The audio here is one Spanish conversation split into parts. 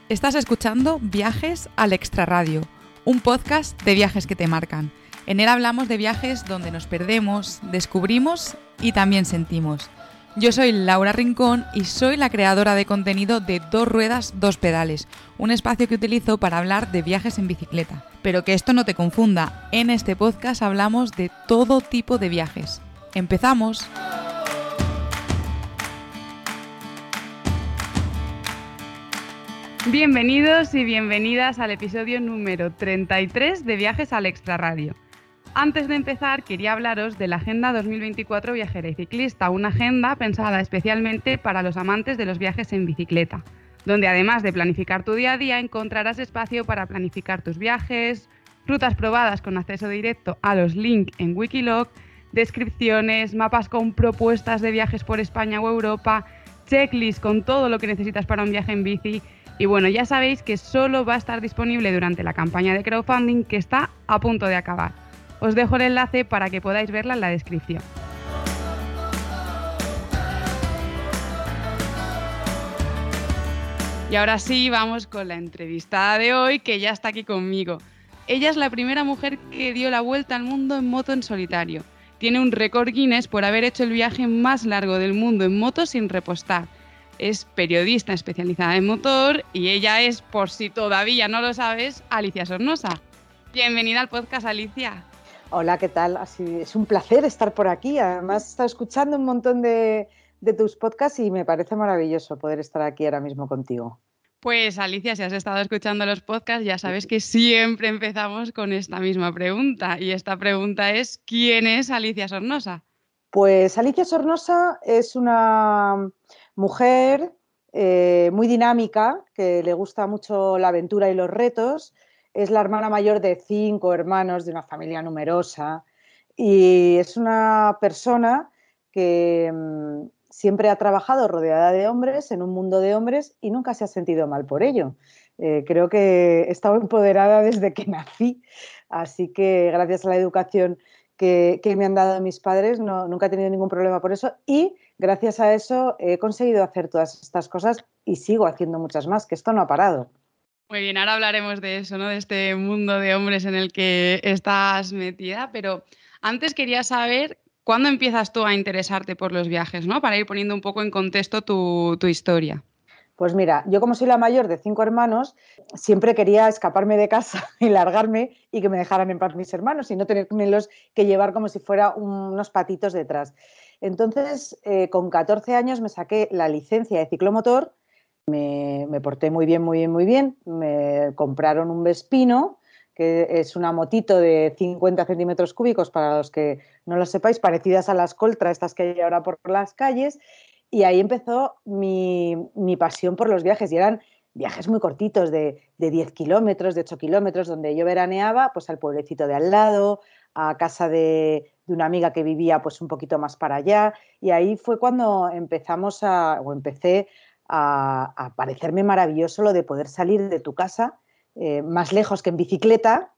Estás escuchando Viajes al Extrarradio, un podcast de viajes que te marcan. En él hablamos de viajes donde nos perdemos, descubrimos y también sentimos. Yo soy Laura Rincón y soy la creadora de contenido de Dos Ruedas, Dos Pedales, un espacio que utilizo para hablar de viajes en bicicleta. Pero que esto no te confunda, en este podcast hablamos de todo tipo de viajes. ¡Empezamos! Bienvenidos y bienvenidas al episodio número 33 de Viajes al Extrarradio. Antes de empezar, quería hablaros de la Agenda 2024 Viajera y Ciclista, una agenda pensada especialmente para los amantes de los viajes en bicicleta, donde además de planificar tu día a día, encontrarás espacio para planificar tus viajes, rutas probadas con acceso directo a los links en Wikiloc, descripciones, mapas con propuestas de viajes por España o Europa, checklist con todo lo que necesitas para un viaje en bici. Y bueno, ya sabéis que solo va a estar disponible durante la campaña de crowdfunding que está a punto de acabar. Os dejo el enlace para que podáis verla en la descripción. Y ahora sí, vamos con la entrevistada de hoy, que ya está aquí conmigo. Ella es la primera mujer que dio la vuelta al mundo en moto en solitario. Tiene un récord Guinness por haber hecho el viaje más largo del mundo en moto sin repostar. Es periodista especializada en motor y ella es, por si todavía no lo sabes, Alicia Sornosa. Bienvenida al podcast, Alicia. Hola, ¿qué tal? Es un placer estar por aquí. Además, he estado escuchando un montón de tus podcasts y me parece maravilloso poder estar aquí ahora mismo contigo. Pues Alicia, si has estado escuchando los podcasts, ya sabes que siempre empezamos con esta misma pregunta. Y esta pregunta es, ¿quién es Alicia Sornosa? Pues Alicia Sornosa es una mujer muy dinámica, que le gusta mucho la aventura y los retos. Es la hermana mayor de 5 hermanos de una familia numerosa y es una persona que siempre ha trabajado rodeada de hombres, en un mundo de hombres, y nunca se ha sentido mal por ello. Creo que he estado empoderada desde que nací, así que gracias a la educación que me han dado mis padres, nunca he tenido ningún problema por eso, y gracias a eso he conseguido hacer todas estas cosas y sigo haciendo muchas más, que esto no ha parado. Muy bien, ahora hablaremos de eso, ¿no? De este mundo de hombres en el que estás metida, pero antes quería saber cuándo empiezas tú a interesarte por los viajes, ¿no? Para ir poniendo un poco en contexto tu historia. Pues mira, yo como soy la mayor de 5 hermanos, siempre quería escaparme de casa y largarme y que me dejaran en paz mis hermanos y no tenerlos que llevar como si fuera unos patitos detrás. Entonces, con 14 años me saqué la licencia de ciclomotor, me porté muy bien, muy bien, muy bien. Me compraron un Vespino, que es una motito de 50 centímetros cúbicos, para los que no lo sepáis, parecidas a las Coltra, estas que hay ahora por las calles. Y ahí empezó mi pasión por los viajes, y eran viajes muy cortitos, de 10 kilómetros, de 8 kilómetros, donde yo veraneaba pues al pueblecito de al lado, a casa de una amiga que vivía pues un poquito más para allá, y ahí fue cuando empecé a parecerme maravilloso lo de poder salir de tu casa más lejos que en bicicleta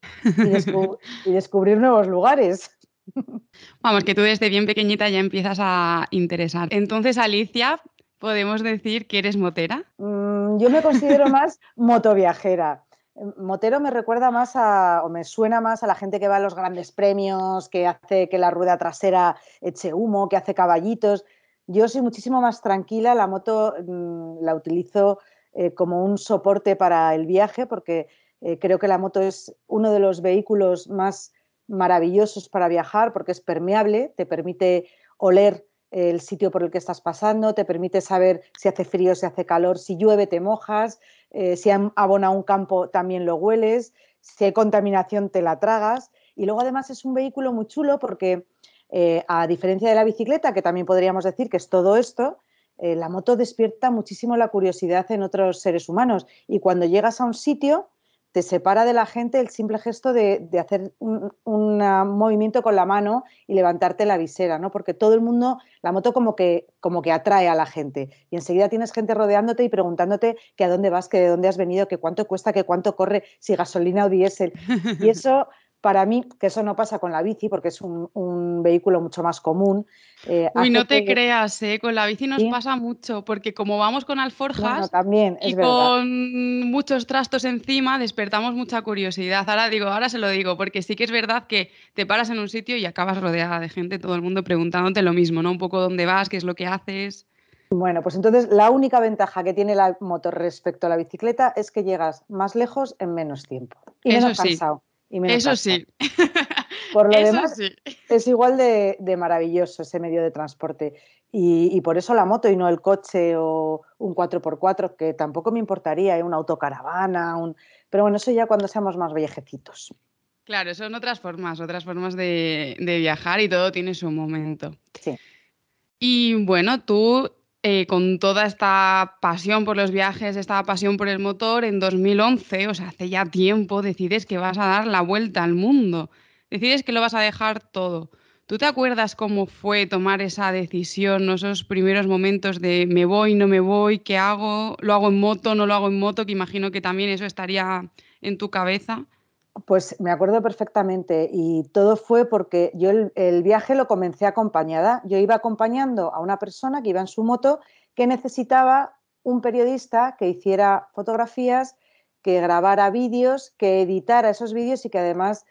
y descubrir nuevos lugares. Vamos, que tú desde bien pequeñita ya empiezas a interesar. Entonces, Alicia, ¿podemos decir que eres motera? Yo me considero más motoviajera. Motero me recuerda más o me suena más a la gente que va a los grandes premios, que hace que la rueda trasera eche humo, que hace caballitos. Yo soy muchísimo más tranquila. La moto la utilizo como un soporte para el viaje, porque creo que la moto es uno de los vehículos más maravillosos para viajar, porque es permeable, te permite oler el sitio por el que estás pasando, te permite saber si hace frío, si hace calor, si llueve te mojas, si abona un campo también lo hueles, si hay contaminación te la tragas. Y luego además es un vehículo muy chulo porque a diferencia de la bicicleta, que también podríamos decir que es todo esto, la moto despierta muchísimo la curiosidad en otros seres humanos, y cuando llegas a un sitio te separa de la gente el simple gesto de hacer un movimiento con la mano y levantarte la visera, ¿no? Porque todo el mundo, la moto como que atrae a la gente, y enseguida tienes gente rodeándote y preguntándote que a dónde vas, que de dónde has venido, que cuánto cuesta, que cuánto corre, si gasolina o diésel. Y eso para mí, que eso no pasa con la bici, porque es un vehículo mucho más común, Uy, hace no te que... creas, ¿eh? Con la bici nos Sí, pasa mucho, porque como vamos con bueno, alforjas también, es y verdad. con muchos trastos encima, despertamos mucha curiosidad. Ahora se lo digo, porque sí que es verdad que te paras en un sitio y acabas rodeada de gente, todo el mundo preguntándote lo mismo, ¿no? Un poco dónde vas, qué es lo que haces. Bueno, pues entonces la única ventaja que tiene la moto respecto a la bicicleta es que llegas más lejos en menos tiempo y menos Eso sí, cansado, y menos eso cansado. sí, Por lo eso demás, sí. es igual de maravilloso ese medio de transporte. Y por eso la moto y no el coche o un 4x4, que tampoco me importaría, una autocaravana, pero bueno, eso ya cuando seamos más viejecitos. Claro, son otras formas de viajar y todo tiene su momento. Sí. Y bueno, tú con toda esta pasión por los viajes, esta pasión por el motor, en 2011, o sea, hace ya tiempo, decides que vas a dar la vuelta al mundo. Decides que lo vas a dejar todo. ¿Tú te acuerdas cómo fue tomar esa decisión, esos primeros momentos de me voy, no me voy, qué hago, lo hago en moto, no lo hago en moto, que imagino que también eso estaría en tu cabeza? Pues me acuerdo perfectamente y todo fue porque yo el viaje lo comencé acompañada. Yo iba acompañando a una persona que iba en su moto que necesitaba un periodista que hiciera fotografías, que grabara vídeos, que editara esos vídeos y que además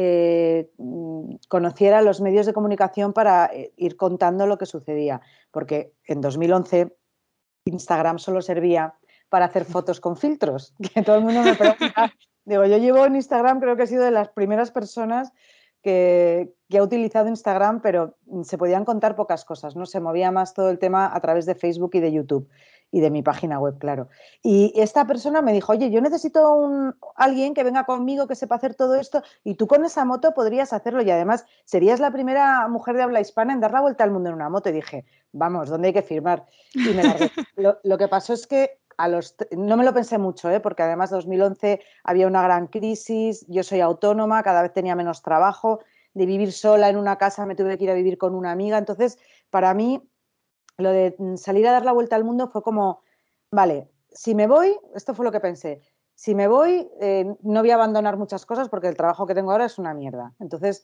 conociera los medios de comunicación para ir contando lo que sucedía. Porque en 2011 Instagram solo servía para hacer fotos con filtros, que todo el mundo me pregunta. Digo, yo llevo en Instagram, creo que he sido de las primeras personas que ha utilizado Instagram, pero se podían contar pocas cosas, ¿no? Se movía más todo el tema a través de Facebook y de YouTube y de mi página web, claro. Y esta persona me dijo, oye, yo necesito alguien que venga conmigo, que sepa hacer todo esto, y tú con esa moto podrías hacerlo, y además serías la primera mujer de habla hispana en dar la vuelta al mundo en una moto. Y dije, vamos, ¿dónde hay que firmar? Y me largué. Lo que pasó es que no me lo pensé mucho, porque además 2011 había una gran crisis, yo soy autónoma, cada vez tenía menos trabajo, de vivir sola en una casa me tuve que ir a vivir con una amiga, entonces para mí lo de salir a dar la vuelta al mundo fue como, vale, si me voy, esto fue lo que pensé, si me voy no voy a abandonar muchas cosas porque el trabajo que tengo ahora es una mierda, entonces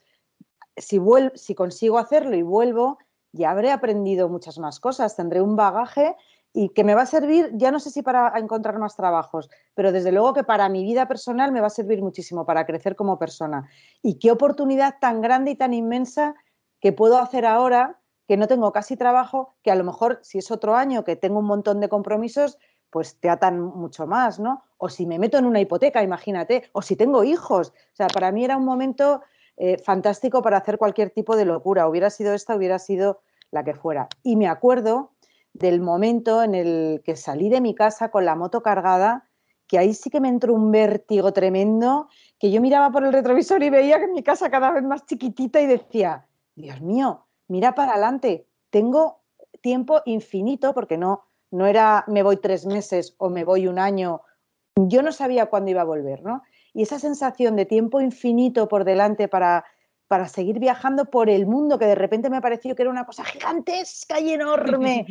si consigo hacerlo y vuelvo, ya habré aprendido muchas más cosas, tendré un bagaje y que me va a servir, ya no sé si para encontrar más trabajos, pero desde luego que para mi vida personal me va a servir muchísimo para crecer como persona. Y qué oportunidad tan grande y tan inmensa que puedo hacer ahora, que no tengo casi trabajo, que a lo mejor si es otro año que tengo un montón de compromisos, pues te atan mucho más, ¿no? O si me meto en una hipoteca, imagínate, o si tengo hijos. O sea, para mí era un momento fantástico para hacer cualquier tipo de locura. Hubiera sido esta, hubiera sido la que fuera. Y me acuerdo del momento en el que salí de mi casa con la moto cargada, que ahí sí que me entró un vértigo tremendo, que yo miraba por el retrovisor y veía que mi casa cada vez más chiquitita y decía, Dios mío, mira para adelante, tengo tiempo infinito, porque no era me voy 3 meses o me voy un año, yo no sabía cuándo iba a volver, ¿no? Y esa sensación de tiempo infinito por delante para seguir viajando por el mundo, que de repente me pareció que era una cosa gigantesca y enorme,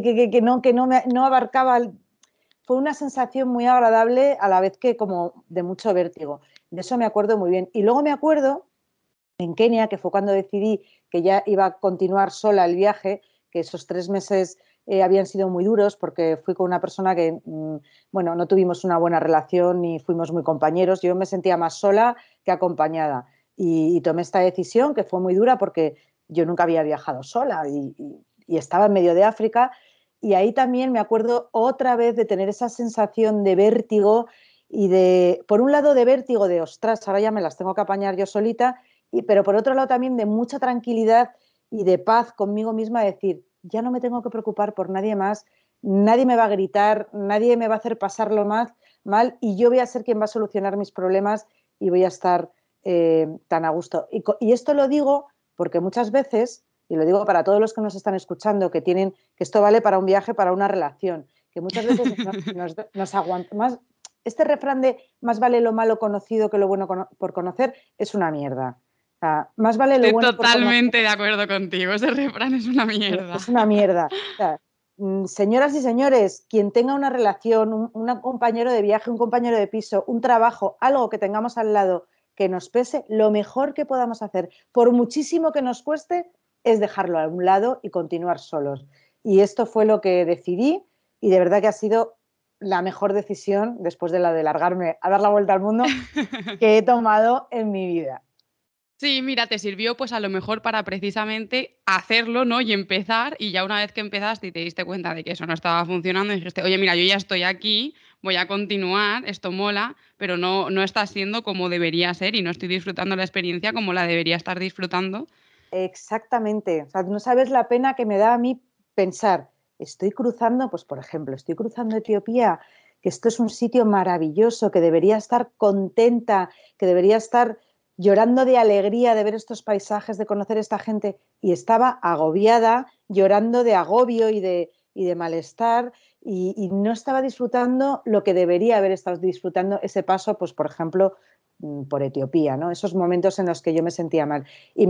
no abarcaba. Fue una sensación muy agradable a la vez que como de mucho vértigo. De eso me acuerdo muy bien. Y luego me acuerdo en Kenia, que fue cuando decidí que ya iba a continuar sola el viaje, que esos 3 meses habían sido muy duros porque fui con una persona que, bueno, no tuvimos una buena relación ni fuimos muy compañeros. Yo me sentía más sola que acompañada y tomé esta decisión que fue muy dura porque yo nunca había viajado sola y estaba en medio de África y ahí también me acuerdo otra vez de tener esa sensación de vértigo y de, por un lado, de vértigo de, ostras, ahora ya me las tengo que apañar yo solita, pero por otro lado también de mucha tranquilidad y de paz conmigo misma, decir, ya no me tengo que preocupar por nadie más, nadie me va a gritar, nadie me va a hacer pasarlo mal y yo voy a ser quien va a solucionar mis problemas y voy a estar tan a gusto. Y esto lo digo porque muchas veces, y lo digo para todos los que nos están escuchando, que esto vale para un viaje, para una relación, que muchas veces nos aguanta más. Este refrán de más vale lo malo conocido que lo bueno por conocer es una mierda. Sea, más vale lo Estoy bueno por conocer, totalmente de acuerdo contigo. Ese refrán es una mierda. es una mierda. O sea, señoras y señores, quien tenga una relación, un compañero de viaje, un compañero de piso, un trabajo, algo que tengamos al lado que nos pese, lo mejor que podamos hacer, por muchísimo que nos cueste, es dejarlo a un lado y continuar solos. Y esto fue lo que decidí y de verdad que ha sido la mejor decisión, después de la de largarme a dar la vuelta al mundo, que he tomado en mi vida. Sí, mira, te sirvió pues a lo mejor para precisamente hacerlo, ¿no? Y empezar, y ya una vez que empezaste y te diste cuenta de que eso no estaba funcionando, dijiste, oye, mira, yo ya estoy aquí, voy a continuar, esto mola, pero no está siendo como debería ser y no estoy disfrutando la experiencia como la debería estar disfrutando. Exactamente. O sea, no sabes la pena que me da a mí pensar, estoy cruzando, pues por ejemplo, estoy cruzando Etiopía, que esto es un sitio maravilloso, que debería estar contenta, que debería estar llorando de alegría de ver estos paisajes, de conocer a esta gente, y estaba agobiada, llorando de agobio y de malestar, y no estaba disfrutando lo que debería haber estado disfrutando ese paso, pues por ejemplo, por Etiopía, ¿no? Esos momentos en los que yo me sentía mal. Y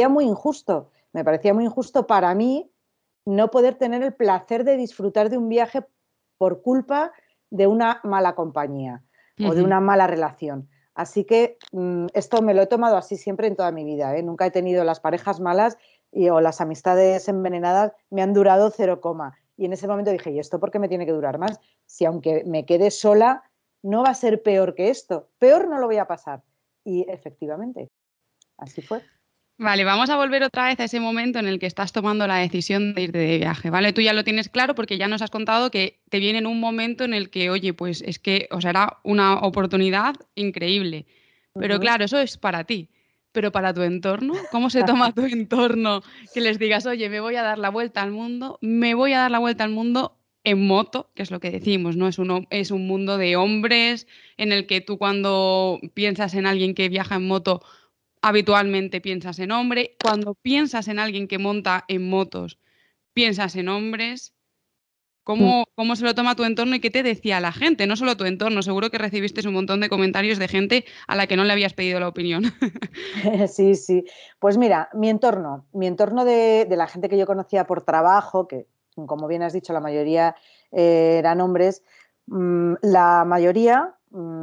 me parecía muy injusto para mí no poder tener el placer de disfrutar de un viaje por culpa de una mala compañía o de Ujú. una mala relación. Así que esto me lo he tomado así siempre en toda mi vida, ¿eh? Nunca he tenido las parejas malas o las amistades envenenadas, me han durado cero coma. Y en ese momento dije, ¿y esto por qué me tiene que durar más? Si aunque me quede sola, no va a ser peor que esto. Peor no lo voy a pasar. Y efectivamente, así fue. Vale, vamos a volver otra vez a ese momento en el que estás tomando la decisión de irte de viaje, ¿vale? Tú ya lo tienes claro porque ya nos has contado que te viene en un momento en el que, oye, pues es que, o sea, era una oportunidad increíble. Uh Pero -huh. claro, eso es para ti. Pero para tu entorno, ¿cómo se toma tu entorno que les digas, oye, me voy a dar la vuelta al mundo, me voy a dar la vuelta al mundo en moto, que es lo que decimos, ¿no? Es un mundo de hombres en el que tú cuando piensas en alguien que viaja en moto habitualmente piensas en hombre. Cuando piensas en alguien que monta en motos, piensas en hombres. ¿Cómo se lo toma tu entorno y qué te decía la gente? No solo tu entorno, seguro que recibiste un montón de comentarios de gente a la que no le habías pedido la opinión. Sí, sí. Pues mira, mi entorno de la gente que yo conocía por trabajo, que como bien has dicho, la mayoría eran hombres, la mayoría,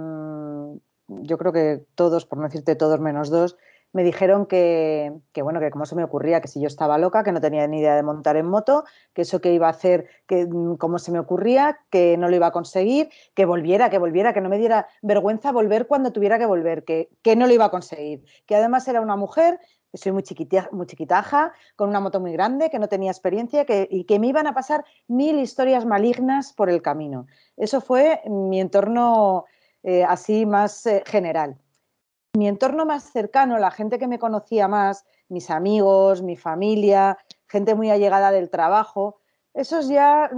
yo creo que todos, por no decirte todos menos dos, me dijeron que, bueno, que cómo se me ocurría, que si yo estaba loca, que no tenía ni idea de montar en moto, que eso que iba a hacer, que cómo se me ocurría, que no lo iba a conseguir, que volviera, que no me diera vergüenza volver cuando tuviera que volver, que no lo iba a conseguir, que además era una mujer, que soy muy chiquitaja, con una moto muy grande, que no tenía experiencia y que me iban a pasar mil historias malignas por el camino. Eso fue mi entorno así más general. Mi entorno más cercano, la gente que me conocía más, mis amigos, mi familia, gente muy allegada del trabajo, esos ya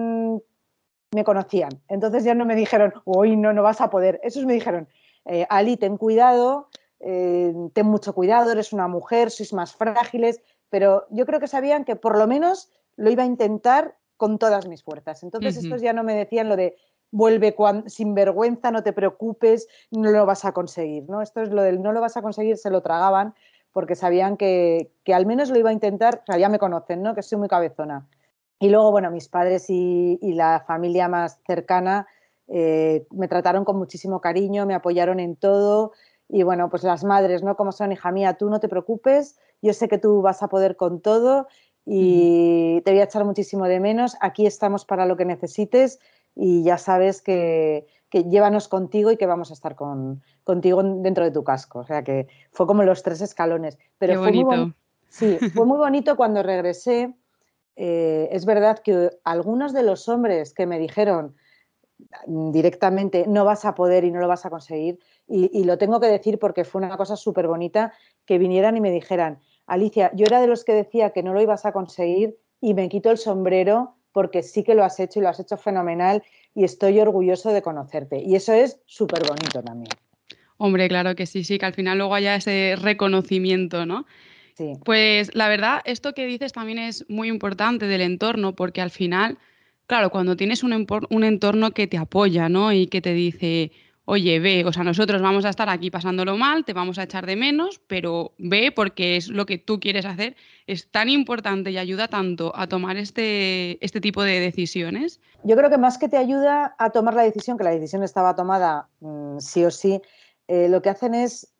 me conocían. Entonces ya no me dijeron, hoy no, no vas a poder. Esos me dijeron, Ali, ten cuidado, ten mucho cuidado, eres una mujer, sois más frágiles, pero yo creo que sabían que por lo menos lo iba a intentar con todas mis fuerzas. Entonces Ujú. estos ya no me decían lo de vuelve sin vergüenza, no te preocupes, no lo vas a conseguir, ¿no? Esto es lo del no lo vas a conseguir, se lo tragaban porque sabían que al menos lo iba a intentar, o sea, ya me conocen, ¿no? Que soy muy cabezona. Y luego, bueno, mis padres y la familia más cercana me trataron con muchísimo cariño, me apoyaron en todo. Y bueno, pues las madres, ¿no? Como son, hija mía, tú no te preocupes, yo sé que tú vas a poder con todo Ujú. y te voy a echar muchísimo de menos. Aquí estamos para lo que necesites y ya sabes que llévanos contigo y que vamos a estar contigo dentro de tu casco. O sea que fue como los tres escalones. Pero Qué fue muy bonito. bonito. Sí, fue muy bonito cuando regresé. Es verdad que algunos de los hombres que me dijeron directamente no vas a poder y no lo vas a conseguir, y lo tengo que decir porque fue una cosa súper bonita, que vinieran y me dijeran, Alicia, yo era de los que decía que no lo ibas a conseguir y me quito el sombrero porque sí que lo has hecho y lo has hecho fenomenal y estoy orgulloso de conocerte. Y eso es súper bonito también. Hombre, claro que sí, sí, que al final luego haya ese reconocimiento, ¿no? Sí. Pues la verdad, esto que dices también es muy importante del entorno, porque al final, claro, cuando tienes un entorno que te apoya, ¿no? Y que te dice, oye, ve, o sea, nosotros vamos a estar aquí pasándolo mal, te vamos a echar de menos, pero ve porque es lo que tú quieres hacer, es tan importante y ayuda tanto a tomar este tipo de decisiones. Yo creo que más que te ayuda a tomar la decisión, que la decisión estaba tomada sí o sí, lo que hacen es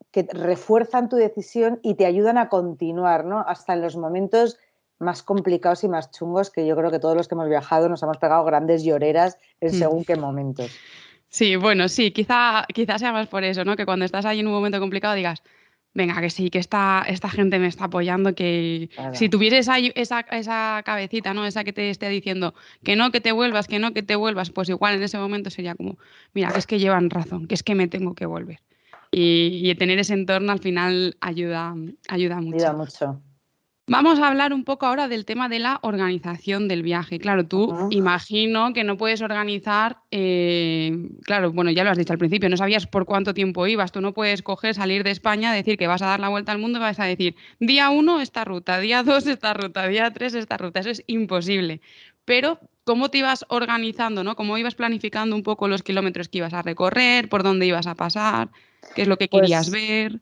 que refuerzan tu decisión y te ayudan a continuar, ¿no? Hasta en los momentos más complicados y más chungos, que yo creo que todos los que hemos viajado nos hemos pegado grandes lloreras en Mm. según qué momentos. Sí, bueno, sí, quizá sea más por eso, ¿no? Que cuando estás ahí en un momento complicado digas, venga, que sí, que esta gente me está apoyando, que si Claro. tuvieses ahí esa cabecita, ¿no? Esa que te esté diciendo que no, que te vuelvas, que no, que te vuelvas, pues igual en ese momento sería como, mira, que es que llevan razón, que es que me tengo que volver. Y tener ese entorno al final ayuda mucho. Ayuda mucho. Vamos a hablar un poco ahora del tema de la organización del viaje. Claro, tú Ujú. imagino que no puedes organizar, claro, bueno, ya lo has dicho al principio, no sabías por cuánto tiempo ibas. Tú no puedes coger, salir de España, decir que vas a dar la vuelta al mundo y vas a decir, día 1 esta ruta, día 2 esta ruta, día 3 esta ruta. Eso es imposible. Pero, ¿cómo te ibas organizando, ¿no? ¿Cómo ibas planificando un poco los kilómetros que ibas a recorrer, por dónde ibas a pasar, qué es lo que querías Pues ver?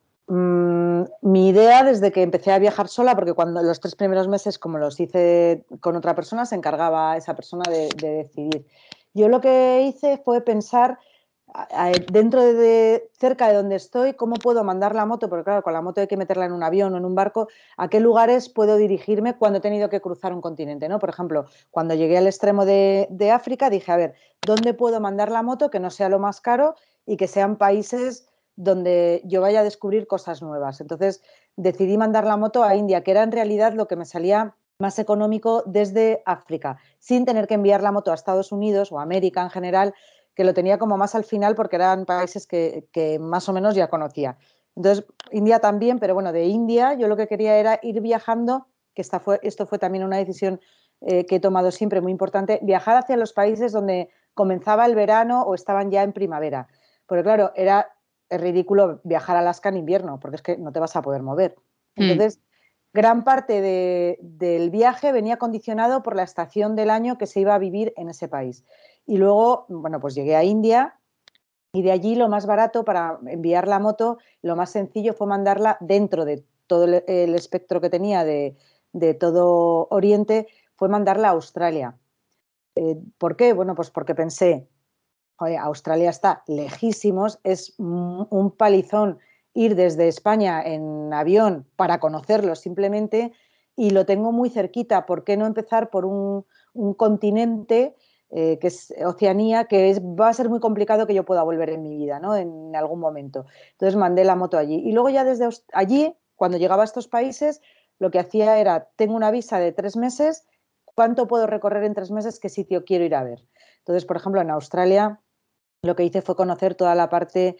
mi idea desde que empecé a viajar sola, porque cuando los 3 primeros meses, como los hice con otra persona, se encargaba esa persona de decidir. Yo lo que hice fue pensar dentro cerca de donde estoy, cómo puedo mandar la moto, porque claro, con la moto hay que meterla en un avión o en un barco, a qué lugares puedo dirigirme cuando he tenido que cruzar un continente, ¿no? Por ejemplo, cuando llegué al extremo de África, dije, a ver, ¿dónde puedo mandar la moto que no sea lo más caro y que sean países donde yo vaya a descubrir cosas nuevas? Entonces decidí mandar la moto a India, que era en realidad lo que me salía más económico desde África, sin tener que enviar la moto a Estados Unidos o a América en general, que lo tenía como más al final porque eran países que más o menos ya conocía. Entonces, India también, pero bueno, de India yo lo que quería era ir viajando, que esto fue también una decisión que he tomado siempre muy importante, viajar hacia los países donde comenzaba el verano o estaban ya en primavera. Porque claro, es ridículo viajar a Alaska en invierno, porque es que no te vas a poder mover. Mm. Entonces, gran parte del viaje venía condicionado por la estación del año que se iba a vivir en ese país. Y luego, bueno, pues llegué a India y de allí lo más barato para enviar la moto, lo más sencillo fue mandarla dentro de todo el espectro que tenía de todo Oriente, fue mandarla a Australia. ¿Por qué? Bueno, pues porque pensé, joder, Australia está lejísimos, es un palizón ir desde España en avión para conocerlo simplemente y lo tengo muy cerquita. ¿Por qué no empezar por un continente que es Oceanía, va a ser muy complicado que yo pueda volver en mi vida, ¿no? En algún momento. Entonces mandé la moto allí. Y luego ya desde allí, cuando llegaba a estos países, lo que hacía era, tengo una visa de 3 meses, ¿cuánto puedo recorrer en 3 meses? ¿Qué sitio quiero ir a ver? Entonces, por ejemplo, en Australia lo que hice fue conocer toda la parte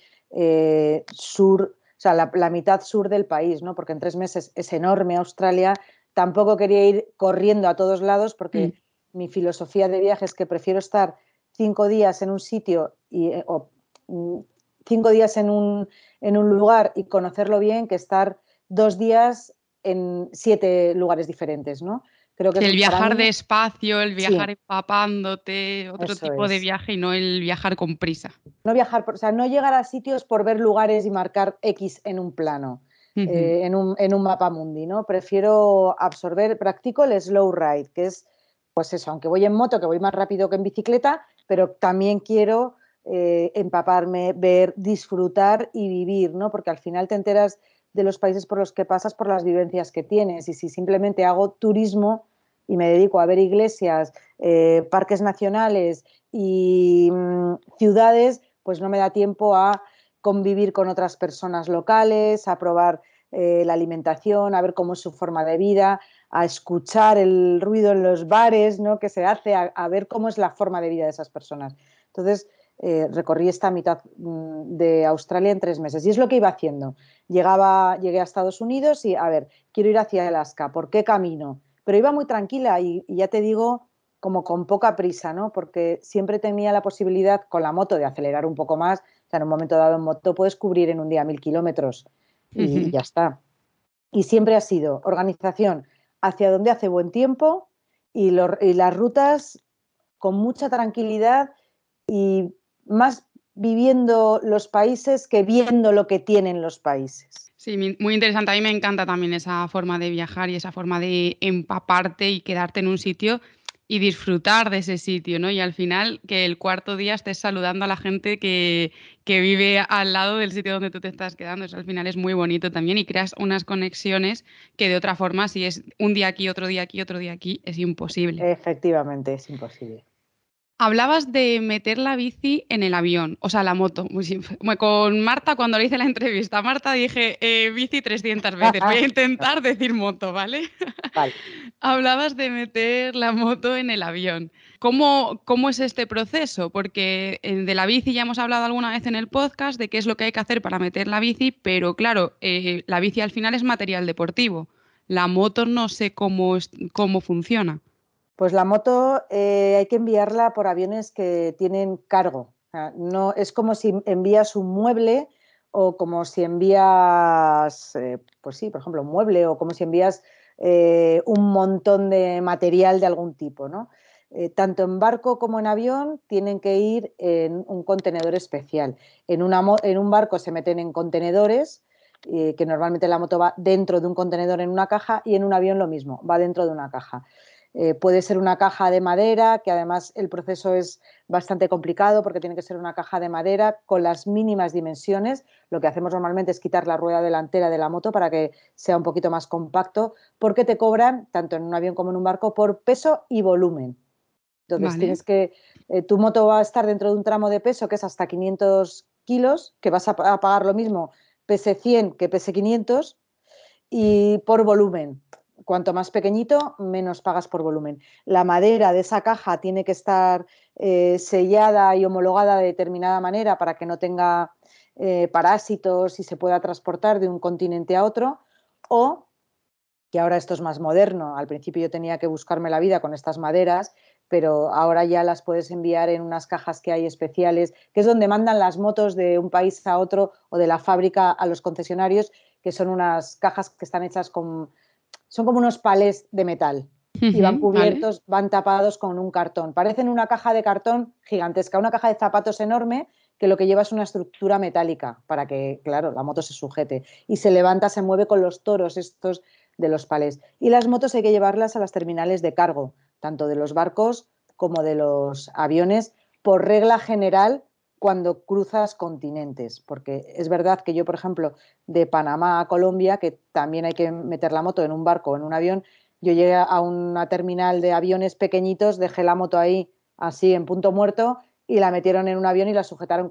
sur, o sea, la mitad sur del país, ¿no? Porque en 3 meses es enorme Australia. Tampoco quería ir corriendo a todos lados Mm. porque mi filosofía de viaje es que prefiero estar 5 días en un sitio o 5 días en un lugar y conocerlo bien que estar 2 días en 7 lugares diferentes, ¿no? Creo que Sí, es el para viajar mí, despacio, el sí, viajar empapándote, otro eso tipo de es. viaje y no el viajar con prisa. No viajar, o sea, no llegar a sitios por ver lugares y marcar X en un plano, Ujú. en un mapa mundi, ¿no? Prefiero absorber, practico el slow ride, que es, pues eso, aunque voy en moto, que voy más rápido que en bicicleta, pero también quiero empaparme, ver, disfrutar y vivir, ¿no? Porque al final te enteras de los países por los que pasas por las vivencias que tienes. Y si simplemente hago turismo y me dedico a ver iglesias, parques nacionales y ciudades, pues no me da tiempo a convivir con otras personas locales, a probar la alimentación, a ver cómo es su forma de vida, a escuchar el ruido en los bares, ¿no? Que se hace, a ver cómo es la forma de vida de esas personas. Entonces, recorrí esta mitad de Australia en 3 meses y es lo que iba haciendo. Llegué a Estados Unidos y, a ver, quiero ir hacia Alaska, ¿por qué camino? Pero iba muy tranquila y ya te digo, como con poca prisa, ¿no? Porque siempre tenía la posibilidad con la moto de acelerar un poco más. O sea, en un momento dado en moto puedes cubrir en un día 1000 kilómetros y Ujú. ya está. Y siempre ha sido organización hacia donde hace buen tiempo y las rutas con mucha tranquilidad y más viviendo los países que viendo lo que tienen los países. Sí, muy interesante. A mí me encanta también esa forma de viajar y esa forma de empaparte y quedarte en un sitio y disfrutar de ese sitio, ¿no? Y al final que el cuarto día estés saludando a la gente que vive al lado del sitio donde tú te estás quedando. Eso al final es muy bonito también y creas unas conexiones que de otra forma, si es un día aquí, otro día aquí, otro día aquí, es imposible. Efectivamente, es imposible. Hablabas de meter la bici en el avión, o sea, la moto. Con Marta, cuando le hice la entrevista, a Marta dije bici 300 veces. Voy a intentar decir moto, ¿vale? Vale. Hablabas de meter la moto en el avión. ¿Cómo es este proceso? Porque de la bici ya hemos hablado alguna vez en el podcast de qué es lo que hay que hacer para meter la bici, pero claro, la bici al final es material deportivo. La moto no sé cómo funciona. Pues la moto hay que enviarla por aviones que tienen cargo. O sea, no, es como si envías un mueble o como si envías, pues sí, por ejemplo, un mueble o como si envías un montón de material de algún tipo, ¿no? Tanto en barco como en avión tienen que ir en un contenedor especial. En un barco se meten en contenedores, que normalmente la moto va dentro de un contenedor en una caja, y en un avión lo mismo, va dentro de una caja. Puede ser una caja de madera, que además el proceso es bastante complicado porque tiene que ser una caja de madera con las mínimas dimensiones. Lo que hacemos normalmente es quitar la rueda delantera de la moto para que sea un poquito más compacto, porque te cobran, tanto en un avión como en un barco, por peso y volumen. Entonces Vale. tu moto va a estar dentro de un tramo de peso que es hasta 500 kilos, que vas a pagar lo mismo pese 100 que pese 500, y por volumen. Cuanto más pequeñito, menos pagas por volumen. La madera de esa caja tiene que estar sellada y homologada de determinada manera para que no tenga parásitos y se pueda transportar de un continente a otro, o que ahora esto es más moderno. Al principio yo tenía que buscarme la vida con estas maderas, pero ahora ya las puedes enviar en unas cajas que hay especiales, que es donde mandan las motos de un país a otro o de la fábrica a los concesionarios, que son unas cajas que están hechas son como unos palés de metal y van Ujú, vale. cubiertos, van tapados con un cartón. Parecen una caja de cartón gigantesca, una caja de zapatos enorme que lo que lleva es una estructura metálica para que, claro, la moto se sujete y se levanta, se mueve con los toros estos de los palés. Y las motos hay que llevarlas a las terminales de cargo, tanto de los barcos como de los aviones, por regla general cuando cruzas continentes, porque es verdad que yo, por ejemplo, de Panamá a Colombia, que también hay que meter la moto en un barco o en un avión, yo llegué a una terminal de aviones pequeñitos, dejé la moto ahí así en punto muerto y la metieron en un avión y la sujetaron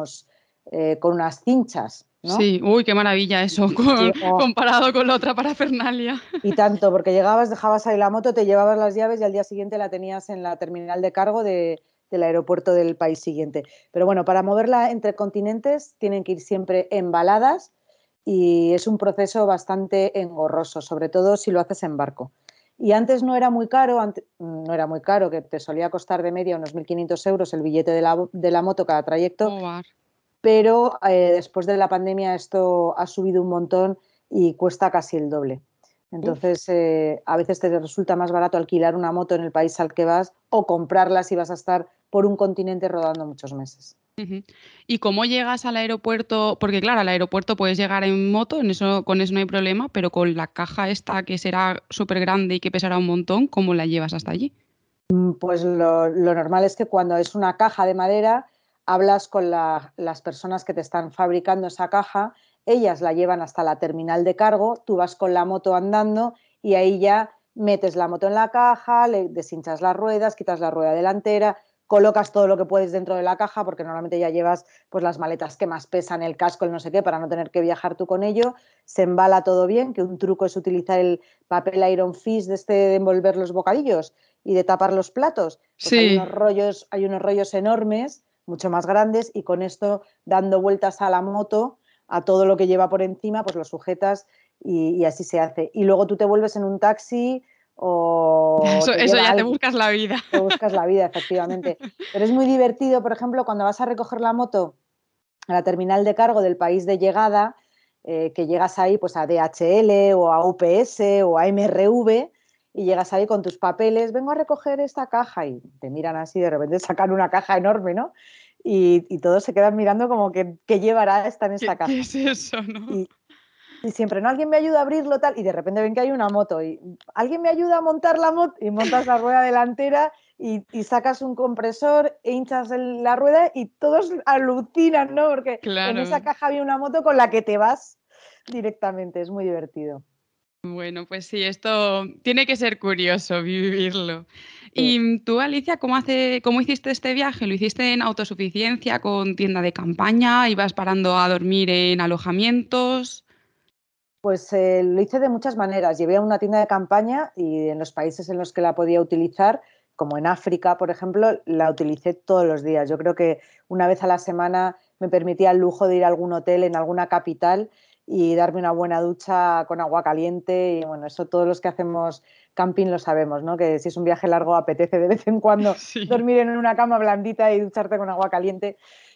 con unas cinchas, ¿no? Sí, uy, qué maravilla eso Sí, comparado con la otra parafernalia. y tanto, porque llegabas, dejabas ahí la moto, te llevabas las llaves y al día siguiente la tenías en la terminal de cargo del aeropuerto del país siguiente. Pero bueno, para moverla entre continentes tienen que ir siempre embaladas y es un proceso bastante engorroso, sobre todo si lo haces en barco. Y antes no era muy caro, no era muy caro, que te solía costar de media unos 1.500 euros el billete de la moto cada trayecto, Joder. pero después de la pandemia esto ha subido un montón y cuesta casi el doble. Uf. Entonces, a veces te resulta más barato alquilar una moto en el país al que vas o comprarla si vas a estar por un continente rodando muchos meses. Ujú. ¿Y cómo llegas al aeropuerto? Porque claro, al aeropuerto puedes llegar en moto, con eso no hay problema, pero con la caja esta que será súper grande y que pesará un montón, ¿cómo la llevas hasta allí? Pues lo normal es que cuando es una caja de madera, hablas con las personas que te están fabricando esa caja, ellas la llevan hasta la terminal de cargo, tú vas con la moto andando y ahí ya metes la moto en la caja, le deshinchas las ruedas, quitas la rueda delantera, colocas todo lo que puedes dentro de la caja, porque normalmente ya llevas pues las maletas que más pesan, el casco, el no sé qué, para no tener que viajar tú con ello, se embala todo bien, que un truco es utilizar el papel Iron Fist de este de envolver los bocadillos y de tapar los platos, pues Sí. hay unos rollos enormes, mucho más grandes, y con esto dando vueltas a la moto, a todo lo que lleva por encima, pues lo sujetas y así se hace. Y luego tú te vuelves en un taxi o te Eso lleva ya te alguien, buscas la vida. te buscas la vida, efectivamente. Pero es muy divertido, por ejemplo, cuando vas a recoger la moto a la terminal de cargo del país de llegada, que llegas ahí pues a DHL o a UPS o a MRV y llegas ahí con tus papeles, vengo a recoger esta caja y te miran así, de repente sacan una caja enorme, ¿no? Y todos se quedan mirando como que, ¿qué llevará esta en esta ¿Qué caja? es eso, no? Y, Y siempre, ¿no? Alguien me ayuda a abrirlo tal, y de repente ven que hay una moto y alguien me ayuda a montar la moto y montas la rueda delantera y sacas un compresor e hinchas la rueda y todos alucinan, ¿no? Porque en esa Claro. caja había una moto con la que te vas directamente, es muy divertido. Bueno, pues sí, esto tiene que ser curioso vivirlo. Sí. Y tú, Alicia, cómo hiciste este viaje? ¿Lo hiciste en autosuficiencia con tienda de campaña? ¿Ibas parando a dormir en alojamientos? Pues lo hice de muchas maneras. Llevé a una tienda de campaña y en los países en los que la podía utilizar, como en África, por ejemplo, la utilicé todos los días. Yo creo que una vez a la semana me permitía el lujo de ir a algún hotel en alguna capital y darme una buena ducha con agua caliente. Y bueno, eso todos los que hacemos camping lo sabemos, ¿no? Que si es un viaje largo apetece de vez en cuando Sí. dormir en una cama blandita y ducharte con agua caliente.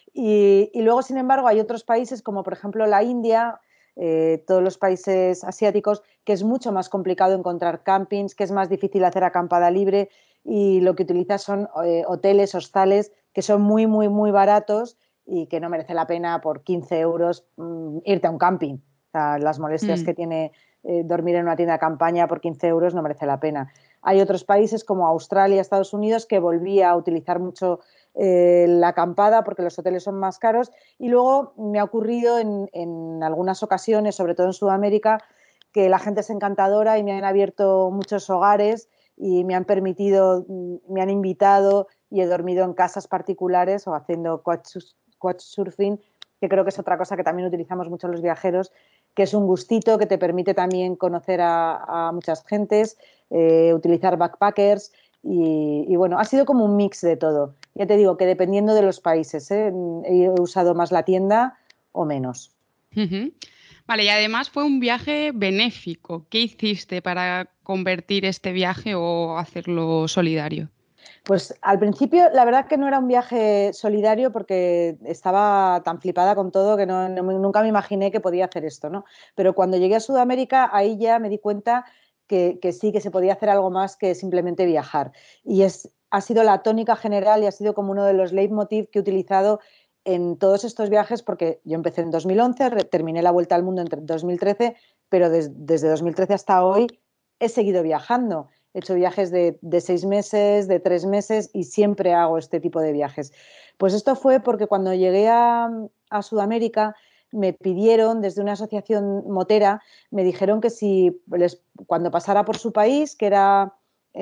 Y luego, sin embargo, hay otros países como por ejemplo la India, todos los países asiáticos, que es mucho más complicado encontrar campings, que es más difícil hacer acampada libre y lo que utilizas son hoteles, hostales, que son muy, muy, muy baratos y que no merece la pena por 15 euros irte a un camping. O sea, las molestias Mm. que tiene dormir en una tienda de campaña por 15 euros no merece la pena. Hay otros países como Australia, Estados Unidos, que volví a utilizar mucho la acampada porque los hoteles son más caros y luego me ha ocurrido en algunas ocasiones, sobre todo en Sudamérica, que la gente es encantadora y me han abierto muchos hogares y me han permitido, me han invitado y he dormido en casas particulares o haciendo couchsurfing, que creo que es otra cosa que también utilizamos mucho los viajeros, que es un gustito que te permite también conocer a muchas gentes, utilizar backpackers y bueno, ha sido como un mix de todo. Ya te digo que dependiendo de los países, ¿eh? He usado más la tienda o menos. Ujú. Vale, y además fue un viaje benéfico. ¿Qué hiciste para convertir este viaje o hacerlo solidario? Pues al principio la verdad que no era un viaje solidario porque estaba tan flipada con todo que nunca me imaginé que podía hacer esto, ¿no? Pero cuando llegué a Sudamérica, ahí ya me di cuenta que sí, que se podía hacer algo más que simplemente viajar. Ha sido la tónica general y ha sido como uno de los leitmotiv que he utilizado en todos estos viajes porque yo empecé en 2011, terminé la vuelta al mundo en 2013, pero desde 2013 hasta hoy he seguido viajando. He hecho viajes de 6 meses, de 3 meses y siempre hago este tipo de viajes. Pues esto fue porque cuando llegué a Sudamérica me pidieron desde una asociación motera, me dijeron que si cuando pasara por su país, que era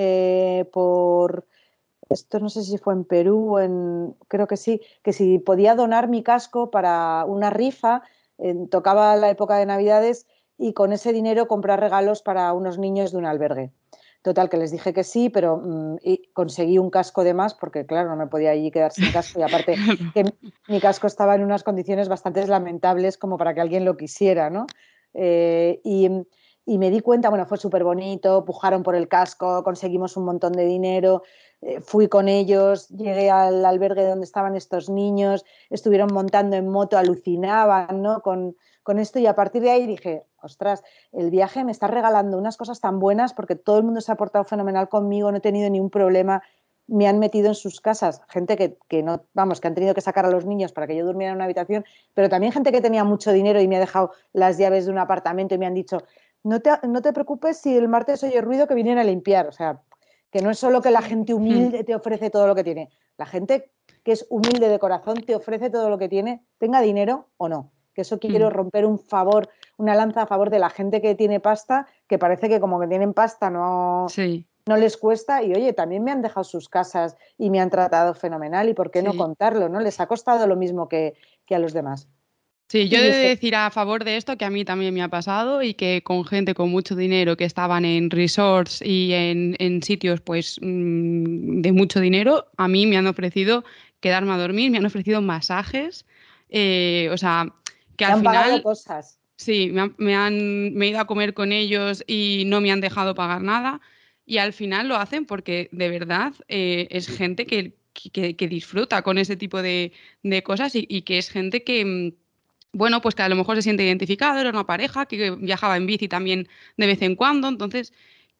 por, esto no sé si fue en Perú, creo que sí, que si podía donar mi casco para una rifa, tocaba la época de Navidades y con ese dinero comprar regalos para unos niños de un albergue. Total, que les dije que sí, pero y conseguí un casco de más porque, claro, no me podía allí quedar sin casco y aparte Claro. que mi casco estaba en unas condiciones bastante lamentables como para que alguien lo quisiera, ¿no? Eh, y, y me di cuenta, bueno, fue súper bonito, pujaron por el casco, conseguimos un montón de dinero, fui con ellos, llegué al albergue donde estaban estos niños, estuvieron montando en moto, alucinaban, ¿no? Con esto y a partir de ahí dije, ostras, el viaje me está regalando unas cosas tan buenas porque todo el mundo se ha portado fenomenal conmigo, no he tenido ningún problema, me han metido en sus casas, gente que no, vamos, que han tenido que sacar a los niños para que yo durmiera en una habitación, pero también gente que tenía mucho dinero y me ha dejado las llaves de un apartamento y me han dicho, no te preocupes si el martes oye ruido que vienen a limpiar, o sea, que no es solo que la Sí. gente Mm. humilde te ofrece todo lo que tiene, la gente que es humilde de corazón te ofrece todo lo que tiene, tenga dinero o no. Que eso quiero Mm. romper un favor, una lanza a favor de la gente que tiene pasta, que parece que como que tienen pasta Sí, no les cuesta y oye, también me han dejado sus casas y me han tratado fenomenal y por qué no sí. contarlo, ¿no? Les ha costado lo mismo que a los demás. Sí, yo Y he de dije, decir a favor de esto que a mí también me ha pasado y que con gente con mucho dinero que estaban en resorts y en sitios pues de mucho dinero, a mí me han ofrecido quedarme a dormir, me han ofrecido masajes, o sea, que me al han pagado final cosas. sí, me he ido a comer con ellos y no me han dejado pagar nada y al final lo hacen porque de verdad es gente que disfruta con ese tipo de cosas y que es gente que bueno, pues que a lo mejor se siente identificado, era una pareja que viajaba en bici también de vez en cuando, entonces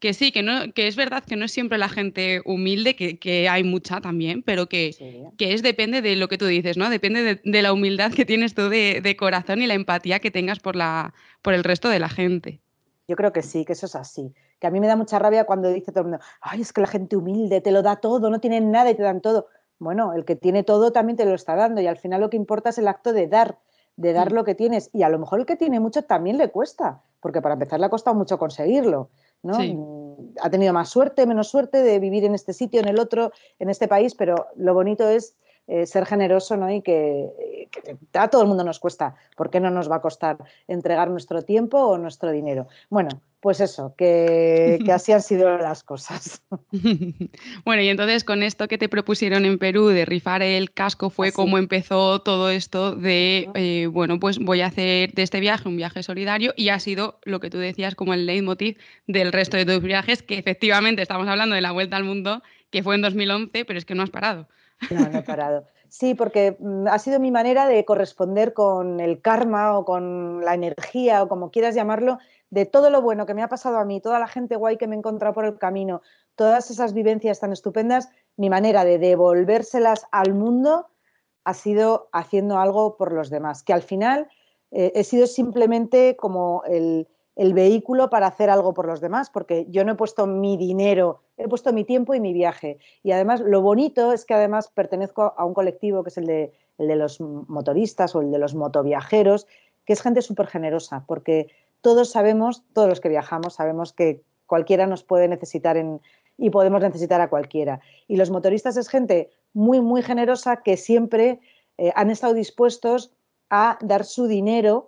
que sí, que no, que es verdad que no es siempre la gente humilde, que hay mucha también, pero Sí. que es depende de lo que tú dices, ¿no? Depende de la humildad que tienes tú de corazón y la empatía que tengas por el resto de la gente. Yo creo que sí, que eso es así. Que a mí me da mucha rabia cuando dice todo el mundo, ay, es que la gente humilde te lo da todo, no tienen nada y te dan todo. Bueno, el que tiene todo también te lo está dando y al final lo que importa es el acto de dar Mm, lo que tienes. Y a lo mejor el que tiene mucho también le cuesta, porque para empezar le ha costado mucho conseguirlo, ¿no? sí. Ha tenido más suerte, menos suerte de vivir en este sitio, en el otro, en este país, pero lo bonito es ser generoso, ¿no? Y que a todo el mundo nos cuesta. ¿Por qué no nos va a costar entregar nuestro tiempo o nuestro dinero? Bueno, pues eso, que así han sido las cosas. Bueno, y entonces con esto que te propusieron en Perú de rifar el casco fue Así. como empezó todo esto de, Uh-huh. bueno, pues voy a hacer de este viaje un viaje solidario y ha sido lo que tú decías como el leitmotiv del resto de tus viajes, que efectivamente estamos hablando de la vuelta al mundo, que fue en 2011, pero es que no has parado. No, no he parado. Sí, porque ha sido mi manera de corresponder con el karma o con la energía o como quieras llamarlo, de todo lo bueno que me ha pasado a mí, toda la gente guay que me he encontrado por el camino, todas esas vivencias tan estupendas, mi manera de devolvérselas al mundo ha sido haciendo algo por los demás, que al final he sido simplemente como el vehículo para hacer algo por los demás, porque yo no he puesto mi dinero, he puesto mi tiempo y mi viaje. Y además lo bonito es que además pertenezco a un colectivo que es el de los motoristas o el de los motoviajeros, que es gente súper generosa, porque todos sabemos, todos los que viajamos, sabemos que cualquiera nos puede necesitar y podemos necesitar a cualquiera. Y los motoristas es gente muy, muy generosa que siempre han estado dispuestos a dar su dinero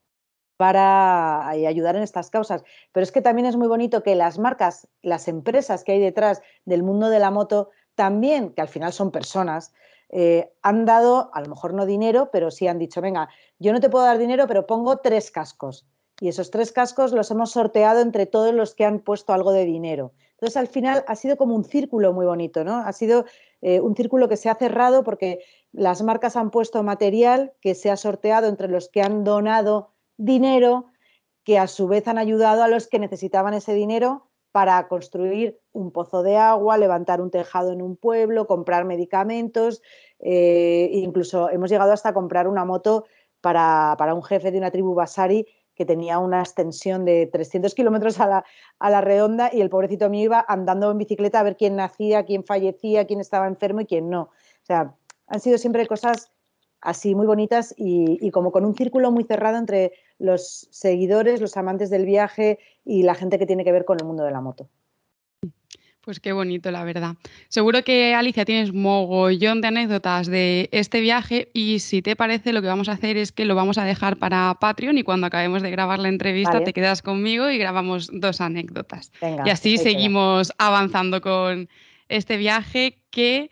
para ayudar en estas causas. Pero es que también es muy bonito que las marcas, las empresas que hay detrás del mundo de la moto, también, que al final son personas, han dado, a lo mejor no dinero, pero sí han dicho, venga, yo no te puedo dar dinero, pero pongo 3 cascos. Y esos 3 cascos los hemos sorteado entre todos los que han puesto algo de dinero. Entonces, al final ha sido como un círculo muy bonito, ¿no? Ha sido un círculo que se ha cerrado porque las marcas han puesto material que se ha sorteado entre los que han donado dinero, que a su vez han ayudado a los que necesitaban ese dinero para construir un pozo de agua, levantar un tejado en un pueblo, comprar medicamentos, incluso hemos llegado hasta a comprar una moto para un jefe de una tribu basari que tenía una extensión de 300 kilómetros a la redonda y el pobrecito mío iba andando en bicicleta a ver quién nacía, quién fallecía, quién estaba enfermo y quién no. O sea, han sido siempre cosas así muy bonitas y como con un círculo muy cerrado entre los seguidores, los amantes del viaje y la gente que tiene que ver con el mundo de la moto. Pues qué bonito, la verdad. Seguro que, Alicia, tienes mogollón de anécdotas de este viaje y si te parece, lo que vamos a hacer es que lo vamos a dejar para Patreon y cuando acabemos de grabar la entrevista te Vale, quedas conmigo y grabamos 2 anécdotas. Y venga, así pues ahí queda. seguimos avanzando con este viaje que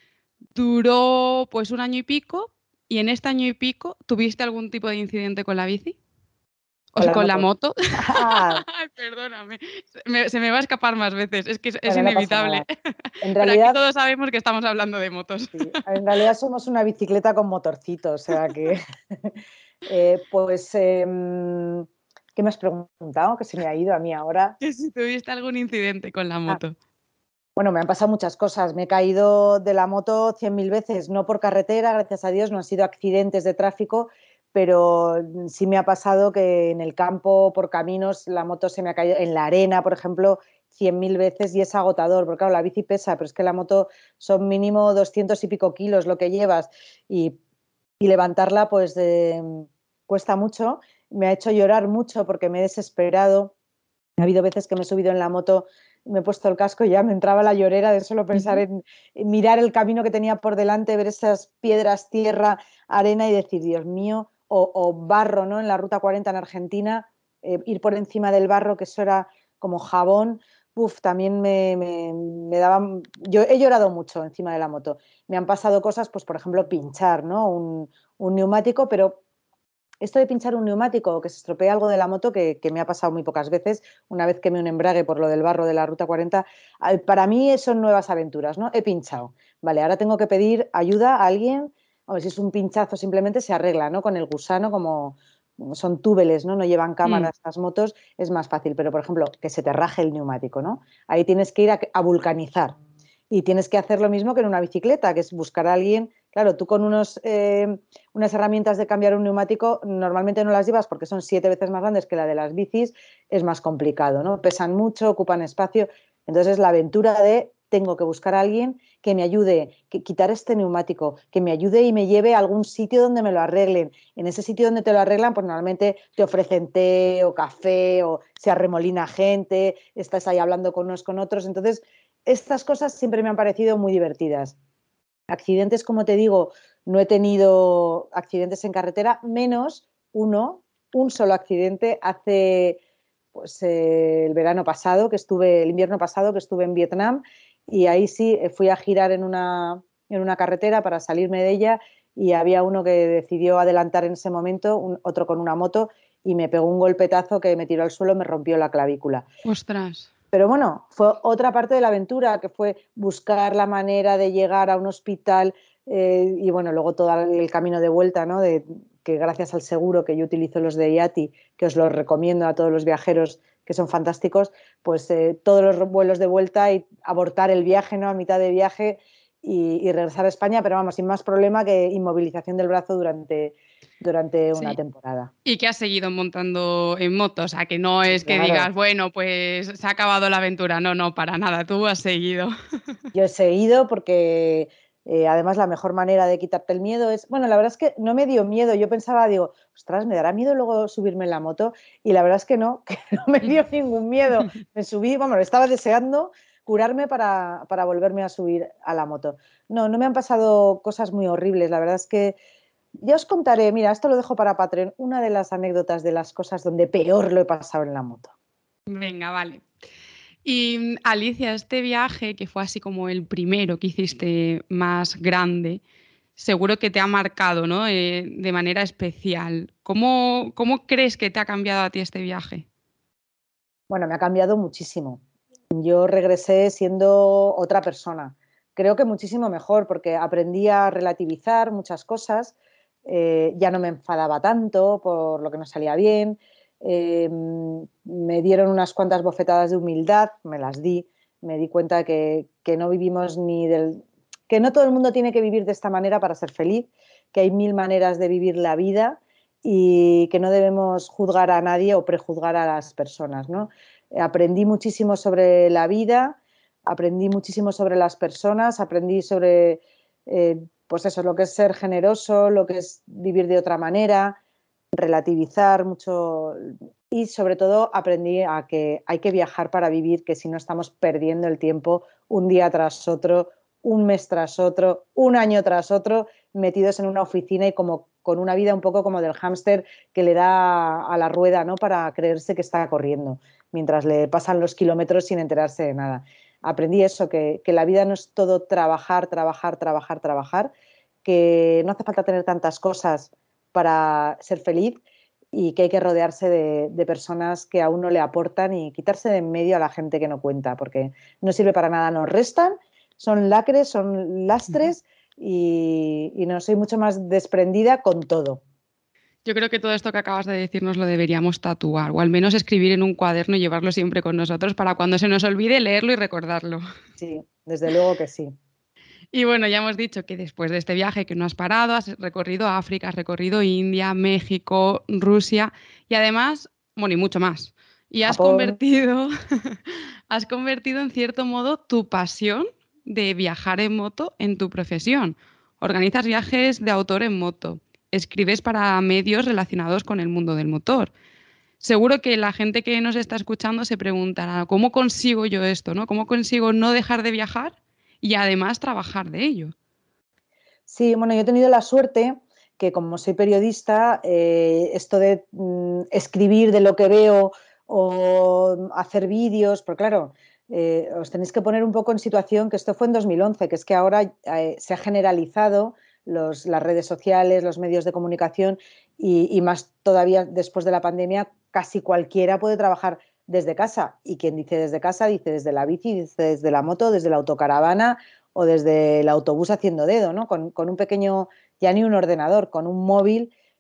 duró pues 1 año y pico y en este año y pico, ¿tuviste algún tipo de incidente con la bici? O Con sea, la con la moto. moto. Ah, Ay, perdóname. Se me va a escapar más veces. Es que es bueno, no pasa inevitable. nada. En Pero aquí realidad, todos sabemos que estamos hablando de motos. sí, en realidad somos una bicicleta con motorcito, o sea que, pues, ¿qué me has preguntado? Que se me ha ido a mí ahora. Que si tuviste algún incidente con la Ah, moto. bueno, me han pasado muchas cosas. Me he caído de la moto 100.000 veces, no por carretera, gracias a Dios, no han sido accidentes de tráfico, pero sí me ha pasado que en el campo, por caminos, la moto se me ha caído, en la arena, por ejemplo, 100.000 veces y es agotador, porque claro, la bici pesa, pero es que la moto son mínimo 200 y pico kilos lo que llevas y, y levantarla pues cuesta mucho. Me ha hecho llorar mucho porque me he desesperado. Ha habido veces que me he subido en la moto, me he puesto el casco y ya me entraba la llorera de solo pensar Ujú. en mirar el camino que tenía por delante, ver esas piedras, tierra, arena y decir, Dios mío, o barro, ¿no? En la Ruta 40 en Argentina, ir por encima del barro, que eso era como jabón, uf, también me daba... Yo he llorado mucho encima de la moto. Me han pasado cosas, pues por ejemplo, pinchar, ¿no? Un neumático, pero esto de pinchar un neumático o que se estropee algo de la moto, que me ha pasado muy pocas veces, una vez que me un embrague por lo del barro de la Ruta 40, para mí son nuevas aventuras, ¿no? He pinchado. Vale, ahora tengo que pedir ayuda a alguien, o si es un pinchazo simplemente se arregla, ¿no? Con el gusano, como son túbeles, ¿no? No llevan cámaras las motos, es más fácil. Pero, por ejemplo, que se te raje el neumático, ¿no? Ahí tienes que ir a vulcanizar. Y tienes que hacer lo mismo que en una bicicleta, que es buscar a alguien. Claro, tú con unas herramientas de cambiar un neumático normalmente no las llevas porque son 7 veces más grandes que la de las bicis, es más complicado, ¿no? Pesan mucho, ocupan espacio. Entonces, la aventura de tengo que buscar a alguien que me ayude, que quitar este neumático, que me ayude y me lleve a algún sitio donde me lo arreglen. En ese sitio donde te lo arreglan, pues normalmente te ofrecen té o café o se arremolina gente, estás ahí hablando con unos con otros. Entonces, estas cosas siempre me han parecido muy divertidas. Accidentes, como te digo, no he tenido accidentes en carretera, menos un solo accidente hace pues, el invierno pasado que estuve en Vietnam, y ahí sí fui a girar en una carretera para salirme de ella, y había uno que decidió adelantar en ese momento, otro con una moto, y me pegó un golpetazo que me tiró al suelo, me rompió la clavícula. Ostras. Pero bueno, fue otra parte de la aventura, que fue buscar la manera de llegar a un hospital, y bueno, luego todo el camino de vuelta, ¿no? Que gracias al seguro que yo utilizo, los de IATI, que os los recomiendo a todos los viajeros, que son fantásticos, pues todos los vuelos de vuelta y abortar el viaje, ¿no? A mitad de viaje, y regresar a España, pero vamos, sin más problema que inmovilización del brazo durante una Sí. temporada. Y que has seguido montando en moto, o sea, que no Sí, es que digas, claro. bueno, pues se ha acabado la aventura. No, no, para nada, tú has seguido. Yo he seguido porque además la mejor manera de quitarte el miedo es, bueno, la verdad es que no me dio miedo, yo pensaba, digo, ostras, ¿me dará miedo luego subirme en la moto? Y la verdad es que no, que no me dio ningún miedo. Me subí, bueno, estaba deseando curarme para volverme a subir a la moto. No, no me han pasado cosas muy horribles, la verdad es que ya os contaré, mira, esto lo dejo para Patreon, una de las anécdotas de las cosas donde peor lo he pasado en la moto. Venga, vale. Y Alicia, este viaje, que fue así como el primero que hiciste más grande, seguro que te ha marcado, ¿no? De manera especial. ¿Cómo crees que te ha cambiado a ti este viaje? Bueno, me ha cambiado muchísimo. Yo regresé siendo otra persona. Creo que muchísimo mejor porque aprendí a relativizar muchas cosas, ya no me enfadaba tanto por lo que no salía bien, me dieron unas cuantas bofetadas de humildad, me las di, me di cuenta que no vivimos que no todo el mundo tiene que vivir de esta manera para ser feliz, que hay mil maneras de vivir la vida y que no debemos juzgar a nadie o prejuzgar a las personas, ¿no? Aprendí muchísimo sobre la vida, aprendí muchísimo sobre las personas, aprendí sobre, pues eso, lo que es ser generoso, lo que es vivir de otra manera, relativizar mucho, y sobre todo aprendí a que hay que viajar para vivir, que si no estamos perdiendo el tiempo un día tras otro, un mes tras otro, un año tras otro, metidos en una oficina y como con una vida un poco como del hámster que le da a la rueda, ¿no? Para creerse que está corriendo, mientras le pasan los kilómetros sin enterarse de nada. Aprendí eso, que la vida no es todo trabajar, trabajar, trabajar, trabajar, que no hace falta tener tantas cosas para ser feliz y que hay que rodearse de personas que a uno le aportan y quitarse de en medio a la gente que no cuenta, porque no sirve para nada, nos restan, son lacres, son lastres, y no, soy mucho más desprendida con todo. Yo creo que todo esto que acabas de decirnos lo deberíamos tatuar, o al menos escribir en un cuaderno y llevarlo siempre con nosotros para cuando se nos olvide leerlo y recordarlo. Sí, desde luego que sí. Y bueno, ya hemos dicho que después de este viaje que no has parado, has recorrido África, has recorrido India, México, Rusia y además, bueno, y mucho más. Y Japón. has convertido en cierto modo tu pasión de viajar en moto en tu profesión. Organizas viajes de autor en moto, escribes para medios relacionados con el mundo del motor. Seguro que la gente que nos está escuchando se preguntará, ¿cómo consigo yo esto, no? ¿Cómo consigo no dejar de viajar y además trabajar de ello? Sí, bueno, yo he tenido la suerte que como soy periodista, esto de escribir de lo que veo o hacer vídeos, pero claro, os tenéis que poner un poco en situación, que esto fue en 2011, que es que ahora se ha generalizado las redes sociales, los medios de comunicación, y más todavía después de la pandemia, casi cualquiera puede trabajar desde casa. Y quien dice desde casa, dice desde la bici, dice desde la moto, desde la autocaravana o desde el autobús haciendo dedo, ¿no? Con un pequeño, ya ni un ordenador, con un móvil,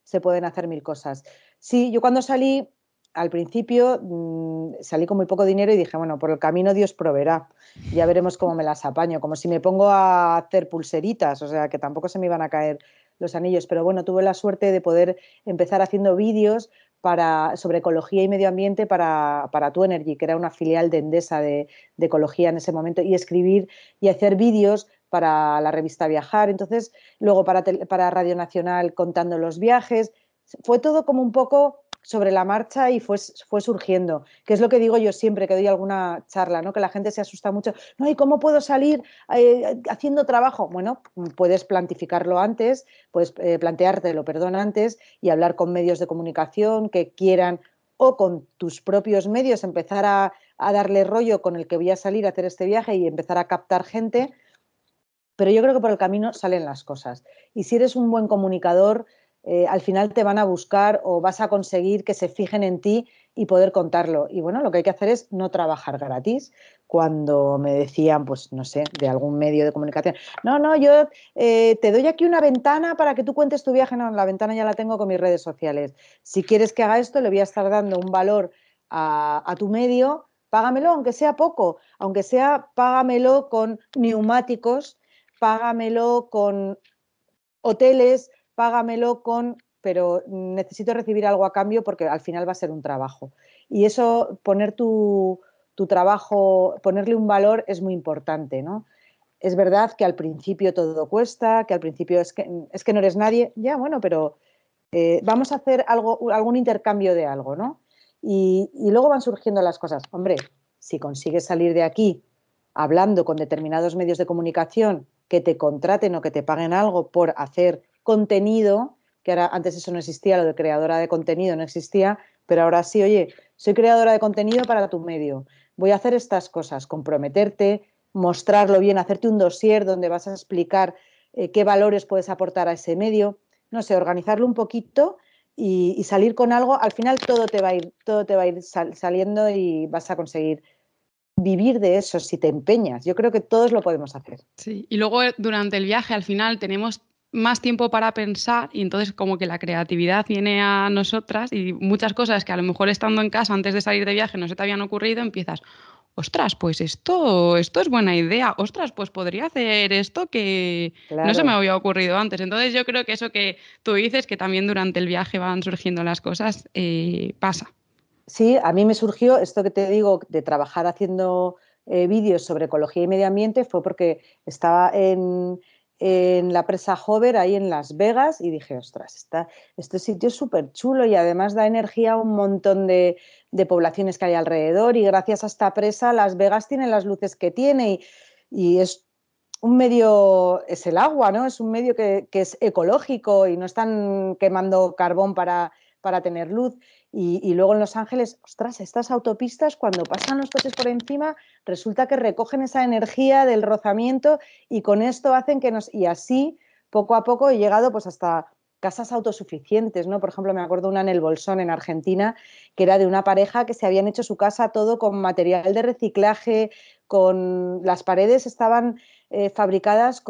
se pueden hacer mil cosas. Sí, yo cuando salí, al principio salí con muy poco dinero y dije, bueno, por el camino Dios proveerá, ya veremos cómo me las apaño, como si me pongo a hacer pulseritas, o sea, que tampoco se me iban a caer los anillos, pero bueno, tuve la suerte de poder empezar haciendo vídeos sobre ecología y medio ambiente para Tu Energy, que era una filial de Endesa de ecología en ese momento, y escribir y hacer vídeos para la revista Viajar, entonces luego para Radio Nacional contando los viajes, fue todo como un poco sobre la marcha y fue surgiendo, que es lo que digo yo siempre que doy alguna charla, ¿no? Que la gente se asusta mucho, no, ¿y cómo puedo salir haciendo trabajo? Bueno, puedes plantificarlo antes, puedes planteártelo, perdón, antes y hablar con medios de comunicación que quieran o con tus propios medios empezar a darle rollo con el que voy a salir a hacer este viaje y empezar a captar gente, pero yo creo que por el camino salen las cosas. Y si eres un buen comunicador, al final te van a buscar o vas a conseguir que se fijen en ti y poder contarlo. Y bueno, lo que hay que hacer es no trabajar gratis. Cuando me decían, pues no sé, de algún medio de comunicación, no, yo te doy aquí una ventana para que tú cuentes tu viaje. No, la ventana ya la tengo con mis redes sociales. Si quieres que haga esto, le voy a estar dando un valor a tu medio, págamelo, aunque sea poco, aunque sea págamelo con neumáticos, págamelo con hoteles, págamelo con, pero necesito recibir algo a cambio porque al final va a ser un trabajo. Y eso, poner tu trabajo, ponerle un valor es muy importante, ¿no? Es verdad que al principio todo cuesta, que al principio es que no eres nadie, ya bueno, pero vamos a hacer algún intercambio de algo, ¿no? Y luego van surgiendo las cosas. Hombre, si consigues salir de aquí hablando con determinados medios de comunicación que te contraten o que te paguen algo por hacer contenido, que ahora antes eso no existía, lo de creadora de contenido no existía, pero ahora sí, oye, soy creadora de contenido para tu medio, voy a hacer estas cosas, comprometerte, mostrarlo bien, hacerte un dossier donde vas a explicar qué valores puedes aportar a ese medio, no sé, organizarlo un poquito y salir con algo, al final todo te va a ir saliendo y vas a conseguir vivir de eso si te empeñas. Yo creo que todos lo podemos hacer. Sí, y luego durante el viaje al final tenemos más tiempo para pensar y entonces como que la creatividad viene a nosotras y muchas cosas que a lo mejor estando en casa antes de salir de viaje no se te habían ocurrido, empiezas, ostras, pues esto es buena idea, ostras, pues podría hacer esto que no se me Claro. había ocurrido antes. Entonces yo creo que eso que tú dices, que también durante el viaje van surgiendo las cosas, pasa. Sí, a mí me surgió esto que te digo de trabajar haciendo vídeos sobre ecología y medio ambiente, fue porque estaba en la presa Hover, ahí en Las Vegas, y dije, ostras, este sitio es súper chulo y además da energía a un montón de poblaciones que hay alrededor y gracias a esta presa Las Vegas tiene las luces que tiene y es un medio, es el agua, ¿no? Es un medio que es ecológico y no están quemando carbón para tener luz. Y luego en Los Ángeles, ostras, estas autopistas cuando pasan los coches por encima, resulta que recogen esa energía del rozamiento y con esto hacen que nos... Y así, poco a poco, he llegado pues hasta casas autosuficientes, ¿no? Por ejemplo, me acuerdo una en El Bolsón, en Argentina, que era de una pareja que se habían hecho su casa todo con material de reciclaje, con las paredes estaban fabricadas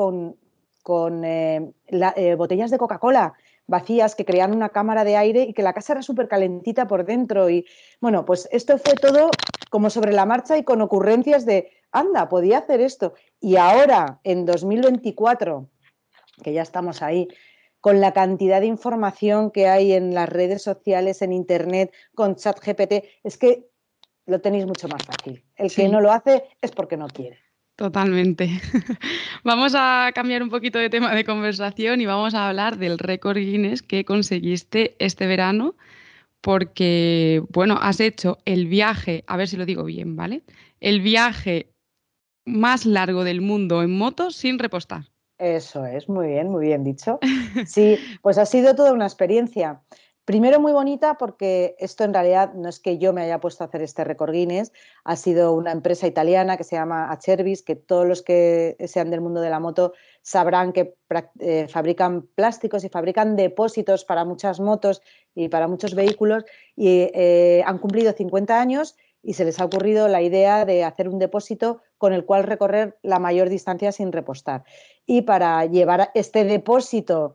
con botellas de Coca-Cola vacías que crean una cámara de aire y que la casa era súper calentita por dentro. Y bueno, pues esto fue todo como sobre la marcha y con ocurrencias de, anda, podía hacer esto. Y ahora, en 2024, que ya estamos ahí, con la cantidad de información que hay en las redes sociales, en Internet, con ChatGPT, es que lo tenéis mucho más fácil. El que Sí. no lo hace es porque no quiere. Totalmente. Vamos a cambiar un poquito de tema de conversación y vamos a hablar del récord Guinness que conseguiste este verano, porque, bueno, has hecho el viaje, a ver si lo digo bien, ¿vale? El viaje más largo del mundo en moto sin repostar. Eso es, muy bien dicho. Sí, pues ha sido toda una experiencia. Primero muy bonita porque esto en realidad no es que yo me haya puesto a hacer este récord Guinness, ha sido una empresa italiana que se llama Acervis, que todos los que sean del mundo de la moto sabrán que fabrican plásticos y fabrican depósitos para muchas motos y para muchos vehículos y han cumplido 50 años y se les ha ocurrido la idea de hacer un depósito con el cual recorrer la mayor distancia sin repostar. Y para llevar este depósito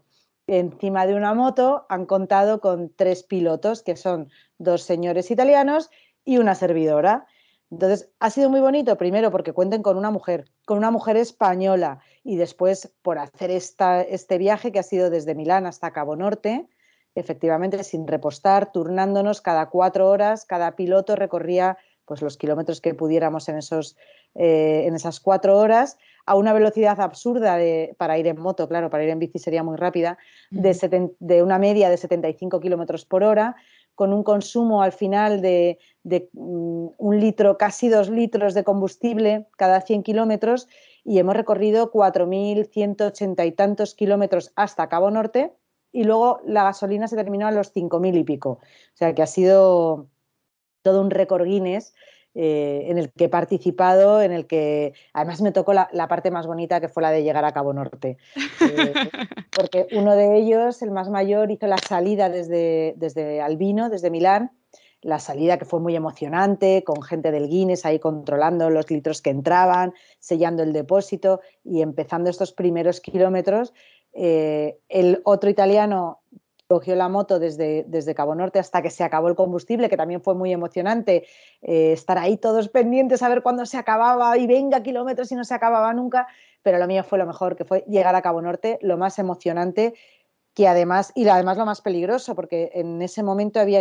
encima de una moto han contado con 3 pilotos, que son 2 señores italianos y una servidora. Entonces, ha sido muy bonito, primero porque cuenten con una mujer española, y después por hacer este viaje que ha sido desde Milán hasta Cabo Norte, efectivamente sin repostar, turnándonos cada 4 horas, cada piloto recorría pues, los kilómetros que pudiéramos en esas 4 horas, a una velocidad absurda para ir en moto, claro, para ir en bici sería muy rápida, de una media de 75 kilómetros por hora, con un consumo al final de 1 litro, casi 2 litros de combustible cada 100 kilómetros, y hemos recorrido 4.180 y tantos kilómetros hasta Cabo Norte, y luego la gasolina se terminó a los 5.000 y pico. O sea que ha sido todo un récord Guinness en el que he participado, en el que además me tocó la parte más bonita, que fue la de llegar a Cabo Norte. Porque uno de ellos, el más mayor, hizo la salida desde Albino, desde Milán, la salida que fue muy emocionante, con gente del Guinness ahí controlando los litros que entraban, sellando el depósito y empezando estos primeros kilómetros. El otro italiano cogió la moto desde Cabo Norte hasta que se acabó el combustible, que también fue muy emocionante, estar ahí todos pendientes a ver cuándo se acababa y venga kilómetros y no se acababa nunca, pero lo mío fue lo mejor, que fue llegar a Cabo Norte, lo más emocionante, que además lo más peligroso, porque en ese momento había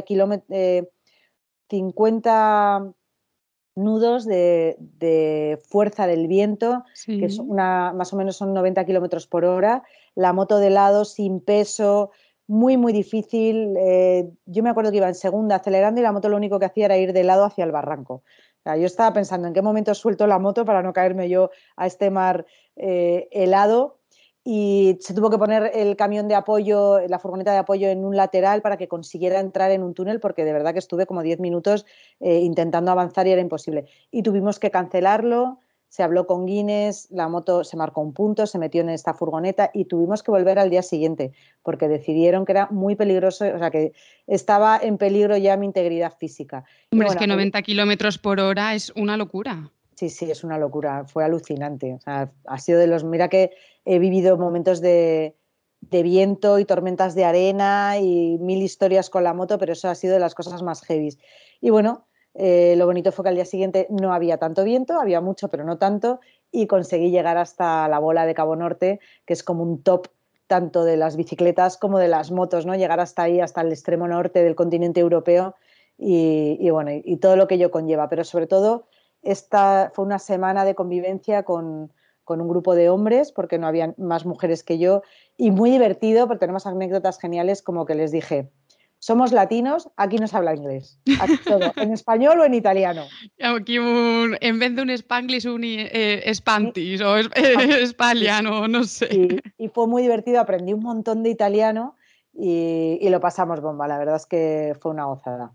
50 nudos de fuerza del viento, sí. que es más o menos son 90 kilómetros por hora, la moto de lado sin peso, muy, muy difícil. Yo me acuerdo que iba en segunda acelerando y la moto lo único que hacía era ir de lado hacia el barranco. O sea, yo estaba pensando en qué momento suelto la moto para no caerme yo a este mar helado, y se tuvo que poner el camión de apoyo, la furgoneta de apoyo, en un lateral para que consiguiera entrar en un túnel, porque de verdad que estuve como 10 minutos intentando avanzar y era imposible. Y tuvimos que cancelarlo. Se habló con Guinness, la moto se marcó un punto, se metió en esta furgoneta y tuvimos que volver al día siguiente porque decidieron que era muy peligroso, o sea, que estaba en peligro ya mi integridad física. Hombre, es que 90 kilómetros por hora es una locura. Sí, es una locura, fue alucinante. O sea, ha sido mira que he vivido momentos de viento y tormentas de arena y 1000 historias con la moto, pero eso ha sido de las cosas más heavies. Y bueno, lo bonito fue que al día siguiente no había tanto viento, había mucho, pero no tanto, y conseguí llegar hasta la bola de Cabo Norte, que es como un top tanto de las bicicletas como de las motos, ¿no? Llegar hasta ahí, hasta el extremo norte del continente europeo y bueno, y todo lo que ello conlleva, pero sobre todo esta fue una semana de convivencia con un grupo de hombres, porque no había más mujeres que yo, y muy divertido, porque tenemos anécdotas geniales, como que les dije: somos latinos, aquí no se habla inglés, aquí todo, en español o en italiano. Aquí en vez de un Spanglish, un Spantish o Spaliano, no sé. Y fue muy divertido, aprendí un montón de italiano y lo pasamos bomba, la verdad es que fue una gozada.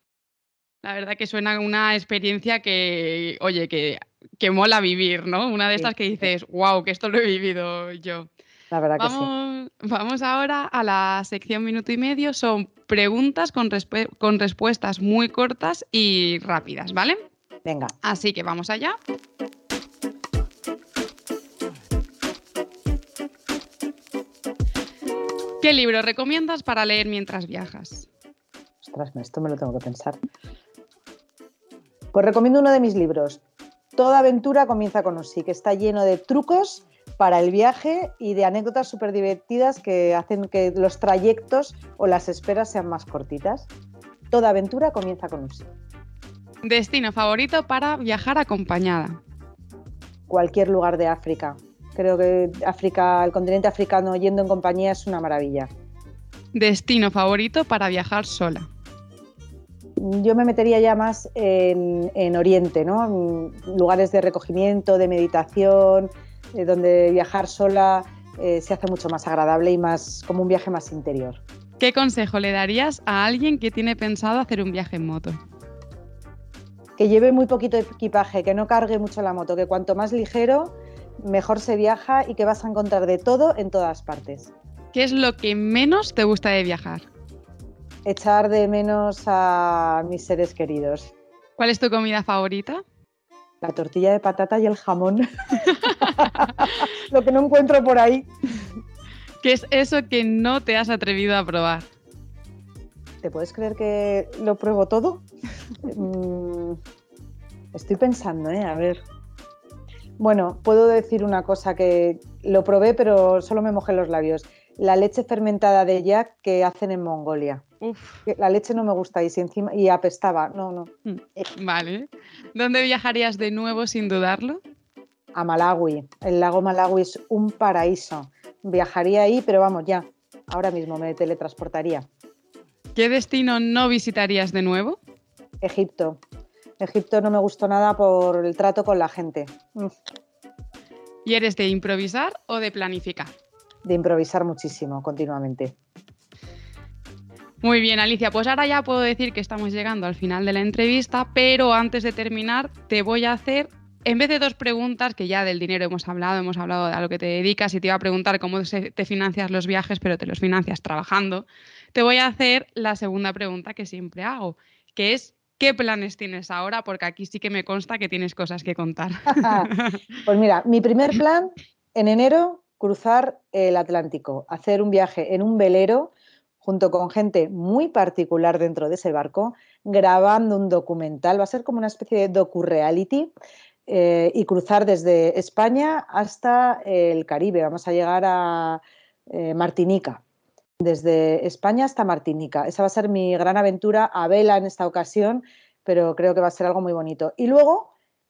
La verdad que suena una experiencia que, oye, que mola vivir, ¿no? Una de estas que dices, wow, que esto lo he vivido yo. La verdad que sí. Vamos ahora a la sección minuto y medio. Son preguntas con respuestas muy cortas y rápidas, ¿vale? Venga. Así que vamos allá. ¿Qué libro recomiendas para leer mientras viajas? Ostras, esto me lo tengo que pensar. Pues recomiendo uno de mis libros. Toda aventura comienza con un sí, que está lleno de trucos para el viaje y de anécdotas súper divertidas que hacen que los trayectos o las esperas sean más cortitas. Toda aventura comienza con un sí. ¿Destino favorito para viajar acompañada? Cualquier lugar de África. Creo que el continente africano yendo en compañía es una maravilla. ¿Destino favorito para viajar sola? Yo me metería ya más en Oriente, ¿no? En lugares de recogimiento, de meditación, donde viajar sola se hace mucho más agradable y más como un viaje más interior. ¿Qué consejo le darías a alguien que tiene pensado hacer un viaje en moto? Que lleve muy poquito equipaje, que no cargue mucho la moto, que cuanto más ligero, mejor se viaja y que vas a encontrar de todo en todas partes. ¿Qué es lo que menos te gusta de viajar? Echar de menos a mis seres queridos. ¿Cuál es tu comida favorita? La tortilla de patata y el jamón. Lo que no encuentro por ahí. ¿Qué es eso que no te has atrevido a probar? ¿Te puedes creer que lo pruebo todo? Estoy pensando, a ver. Bueno, puedo decir una cosa que lo probé, pero solo me mojé los labios. La leche fermentada de yak que hacen en Mongolia. Uf. La leche no me gusta y apestaba. No. Vale. ¿Dónde viajarías de nuevo sin dudarlo? A Malawi. El lago Malawi es un paraíso. Viajaría ahí, pero vamos, ya. Ahora mismo me teletransportaría. ¿Qué destino no visitarías de nuevo? Egipto. Egipto no me gustó nada por el trato con la gente. ¿Y eres de improvisar o de planificar? De improvisar muchísimo, continuamente. Muy bien, Alicia, pues ahora ya puedo decir que estamos llegando al final de la entrevista, pero antes de terminar te voy a hacer, en vez de 2 preguntas, que ya del dinero hemos hablado de a lo que te dedicas y te iba a preguntar cómo te financias los viajes, pero te los financias trabajando, te voy a hacer la segunda pregunta que siempre hago, que es ¿qué planes tienes ahora? Porque aquí sí que me consta que tienes cosas que contar. Pues mira, mi primer plan en enero, cruzar el Atlántico, hacer un viaje en un velero junto con gente muy particular dentro de ese barco, grabando un documental, va a ser como una especie de docu-reality, y cruzar desde España hasta el Caribe. Vamos a llegar a Martinica, desde España hasta Martinica. Esa va a ser mi gran aventura a vela en esta ocasión, pero creo que va a ser algo muy bonito. Y luego,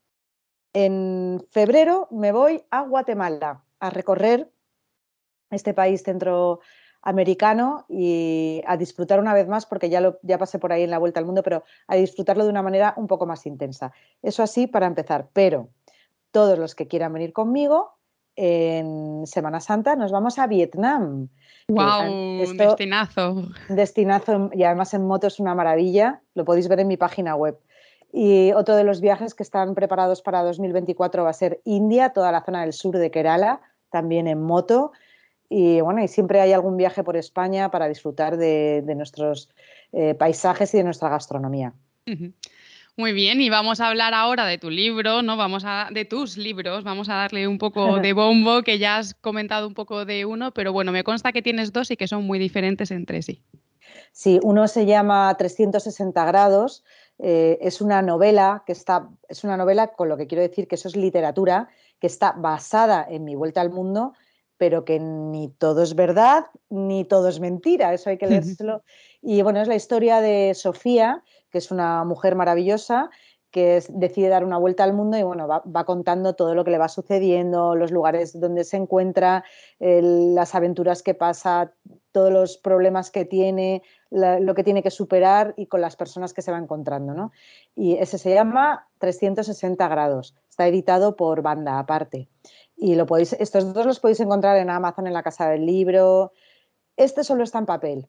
en febrero, me voy a Guatemala a recorrer este país centroamericano y a disfrutar una vez más, porque ya pasé por ahí en la vuelta al mundo, pero a disfrutarlo de una manera un poco más intensa. Eso así para empezar, pero todos los que quieran venir conmigo, en Semana Santa nos vamos a Vietnam. ¡Wow! Un Esto, destinazo. un destinazo, y además en moto es una maravilla, lo podéis ver en mi página web. Y otro de los viajes que están preparados para 2024 va a ser India, toda la zona del sur de Kerala, también en moto. Y bueno, y siempre hay algún viaje por España para disfrutar de nuestros paisajes y de nuestra gastronomía. Muy bien, y vamos a hablar ahora de tu libro, ¿no? De tus libros, vamos a darle un poco de bombo, que ya has comentado un poco de uno, pero bueno, me consta que tienes 2 y que son muy diferentes entre sí. Sí, uno se llama 360 grados, es una novela es una novela, con lo que quiero decir que eso es literatura, que está basada en mi vuelta al mundo, pero que ni todo es verdad ni todo es mentira, eso hay que leérselo. Y bueno, es la historia de Sofía, que es una mujer maravillosa que decide dar una vuelta al mundo y bueno, va contando todo lo que le va sucediendo, los lugares donde se encuentra, las aventuras que pasa, todos los problemas que tiene, lo que tiene que superar y con las personas que se va encontrando, ¿no? Y ese se llama 360 grados, está editado por Banda aparte. Y estos 2 los podéis encontrar en Amazon, en la Casa del Libro. Este solo está en papel.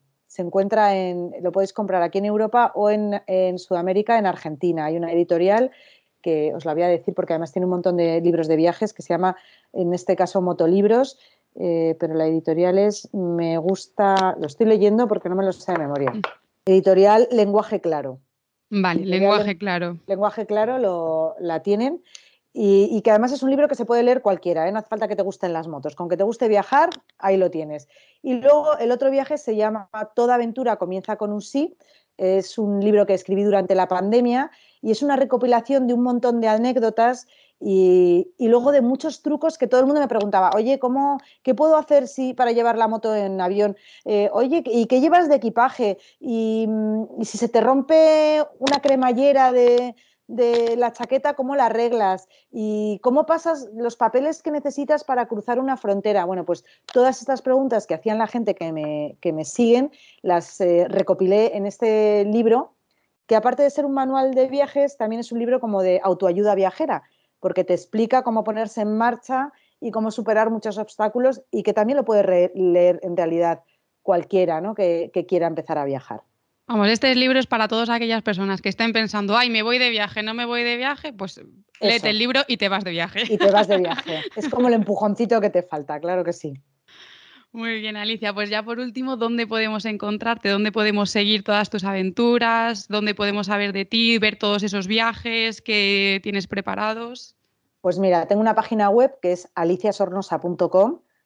Lo podéis comprar aquí en Europa o en Sudamérica, en Argentina. Hay una editorial que os la voy a decir porque además tiene un montón de libros de viajes que se llama, en este caso, Motolibros, pero la editorial me gusta, lo estoy leyendo porque no me lo sé de memoria. Editorial Lenguaje Claro. Vale, lenguaje claro. Lenguaje Claro la tienen y que además es un libro que se puede leer cualquiera, ¿eh? No hace falta que te gusten las motos, con que te guste viajar, ahí lo tienes. Y luego el otro viaje se llama Toda aventura comienza con un sí, es un libro que escribí durante la pandemia y es una recopilación de un montón de anécdotas y luego de muchos trucos que todo el mundo me preguntaba, oye, ¿qué puedo hacer para llevar la moto en avión? Oye, ¿y qué llevas de equipaje? Y si se te rompe una cremallera de la chaqueta, ¿cómo la arreglas? ¿Y cómo pasas los papeles que necesitas para cruzar una frontera? Bueno, pues todas estas preguntas que hacían la gente que me siguen, las recopilé en este libro, que aparte de ser un manual de viajes, también es un libro como de autoayuda viajera, porque te explica cómo ponerse en marcha y cómo superar muchos obstáculos y que también lo puede leer en realidad cualquiera, ¿no? que quiera empezar a viajar. Vamos, este libro es para todas aquellas personas que estén pensando, ay, me voy de viaje, no me voy de viaje, pues léete Eso. el libro y te vas de viaje. Y te vas de viaje. Es como el empujoncito que te falta, claro que sí. Muy bien, Alicia. Pues ya por último, ¿dónde podemos encontrarte? ¿Dónde podemos seguir todas tus aventuras? ¿Dónde podemos saber de ti, ver todos esos viajes que tienes preparados? Pues mira, tengo una página web que es aliciasornosa.com,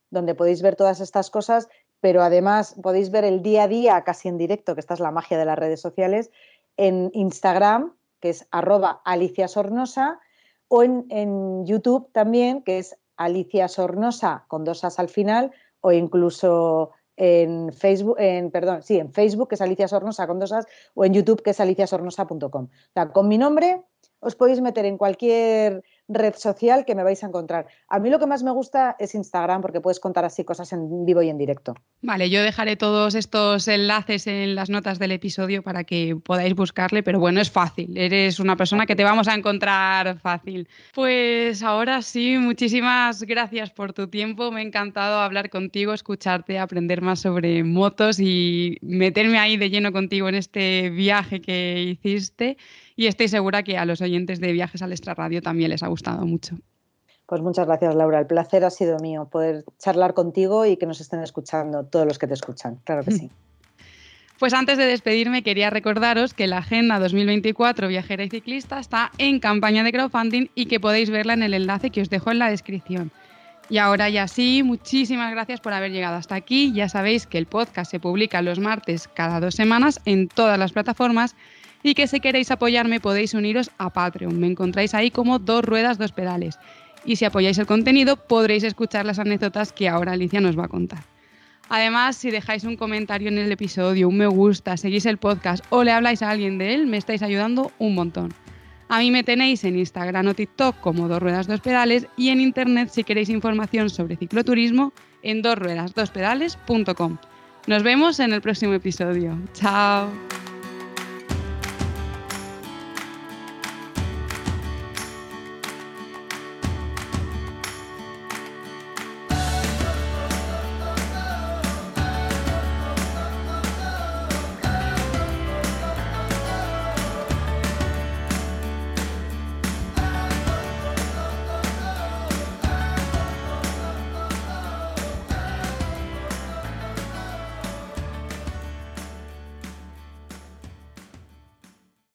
donde podéis ver todas estas cosas, pero además podéis ver el día a día casi en directo, que esta es la magia de las redes sociales, en Instagram, que es @AliciaSornosa, o en YouTube también, que es Alicia Sornosa con 2 as al final, o incluso en Facebook, en Facebook, que es Alicia Sornosa con 2 as, o en YouTube, que es aliciasornosa.com. O sea, con mi nombre os podéis meter en cualquier red social que me vais a encontrar. A mí lo que más me gusta es Instagram, porque puedes contar así cosas en vivo y en directo. Vale, yo dejaré todos estos enlaces en las notas del episodio para que podáis buscarle, pero bueno, es fácil, eres una persona que te vamos a encontrar fácil. Pues ahora sí, muchísimas gracias por tu tiempo, me ha encantado hablar contigo, escucharte, aprender más sobre motos y meterme ahí de lleno contigo en este viaje que hiciste, y estoy segura que a los oyentes de Viajes al Extrarradio también les ha gustado mucho. Pues muchas gracias, Laura. El placer ha sido mío poder charlar contigo y que nos estén escuchando todos los que te escuchan. Claro que sí. Pues antes de despedirme quería recordaros que la Agenda 2024 Viajera y Ciclista está en campaña de crowdfunding y que podéis verla en el enlace que os dejo en la descripción. Y ahora ya sí, muchísimas gracias por haber llegado hasta aquí. Ya sabéis que el podcast se publica los martes cada 2 semanas en todas las plataformas y que si queréis apoyarme podéis uniros a Patreon. Me encontráis ahí como 2 ruedas, 2 pedales. Y si apoyáis el contenido podréis escuchar las anécdotas que ahora Alicia nos va a contar. Además, si dejáis un comentario en el episodio, un me gusta, seguís el podcast o le habláis a alguien de él, me estáis ayudando un montón. A mí me tenéis en Instagram o TikTok como 2 ruedas, 2 pedales y en internet si queréis información sobre cicloturismo en 2ruedas2pedales.com. Nos vemos en el próximo episodio. ¡Chao!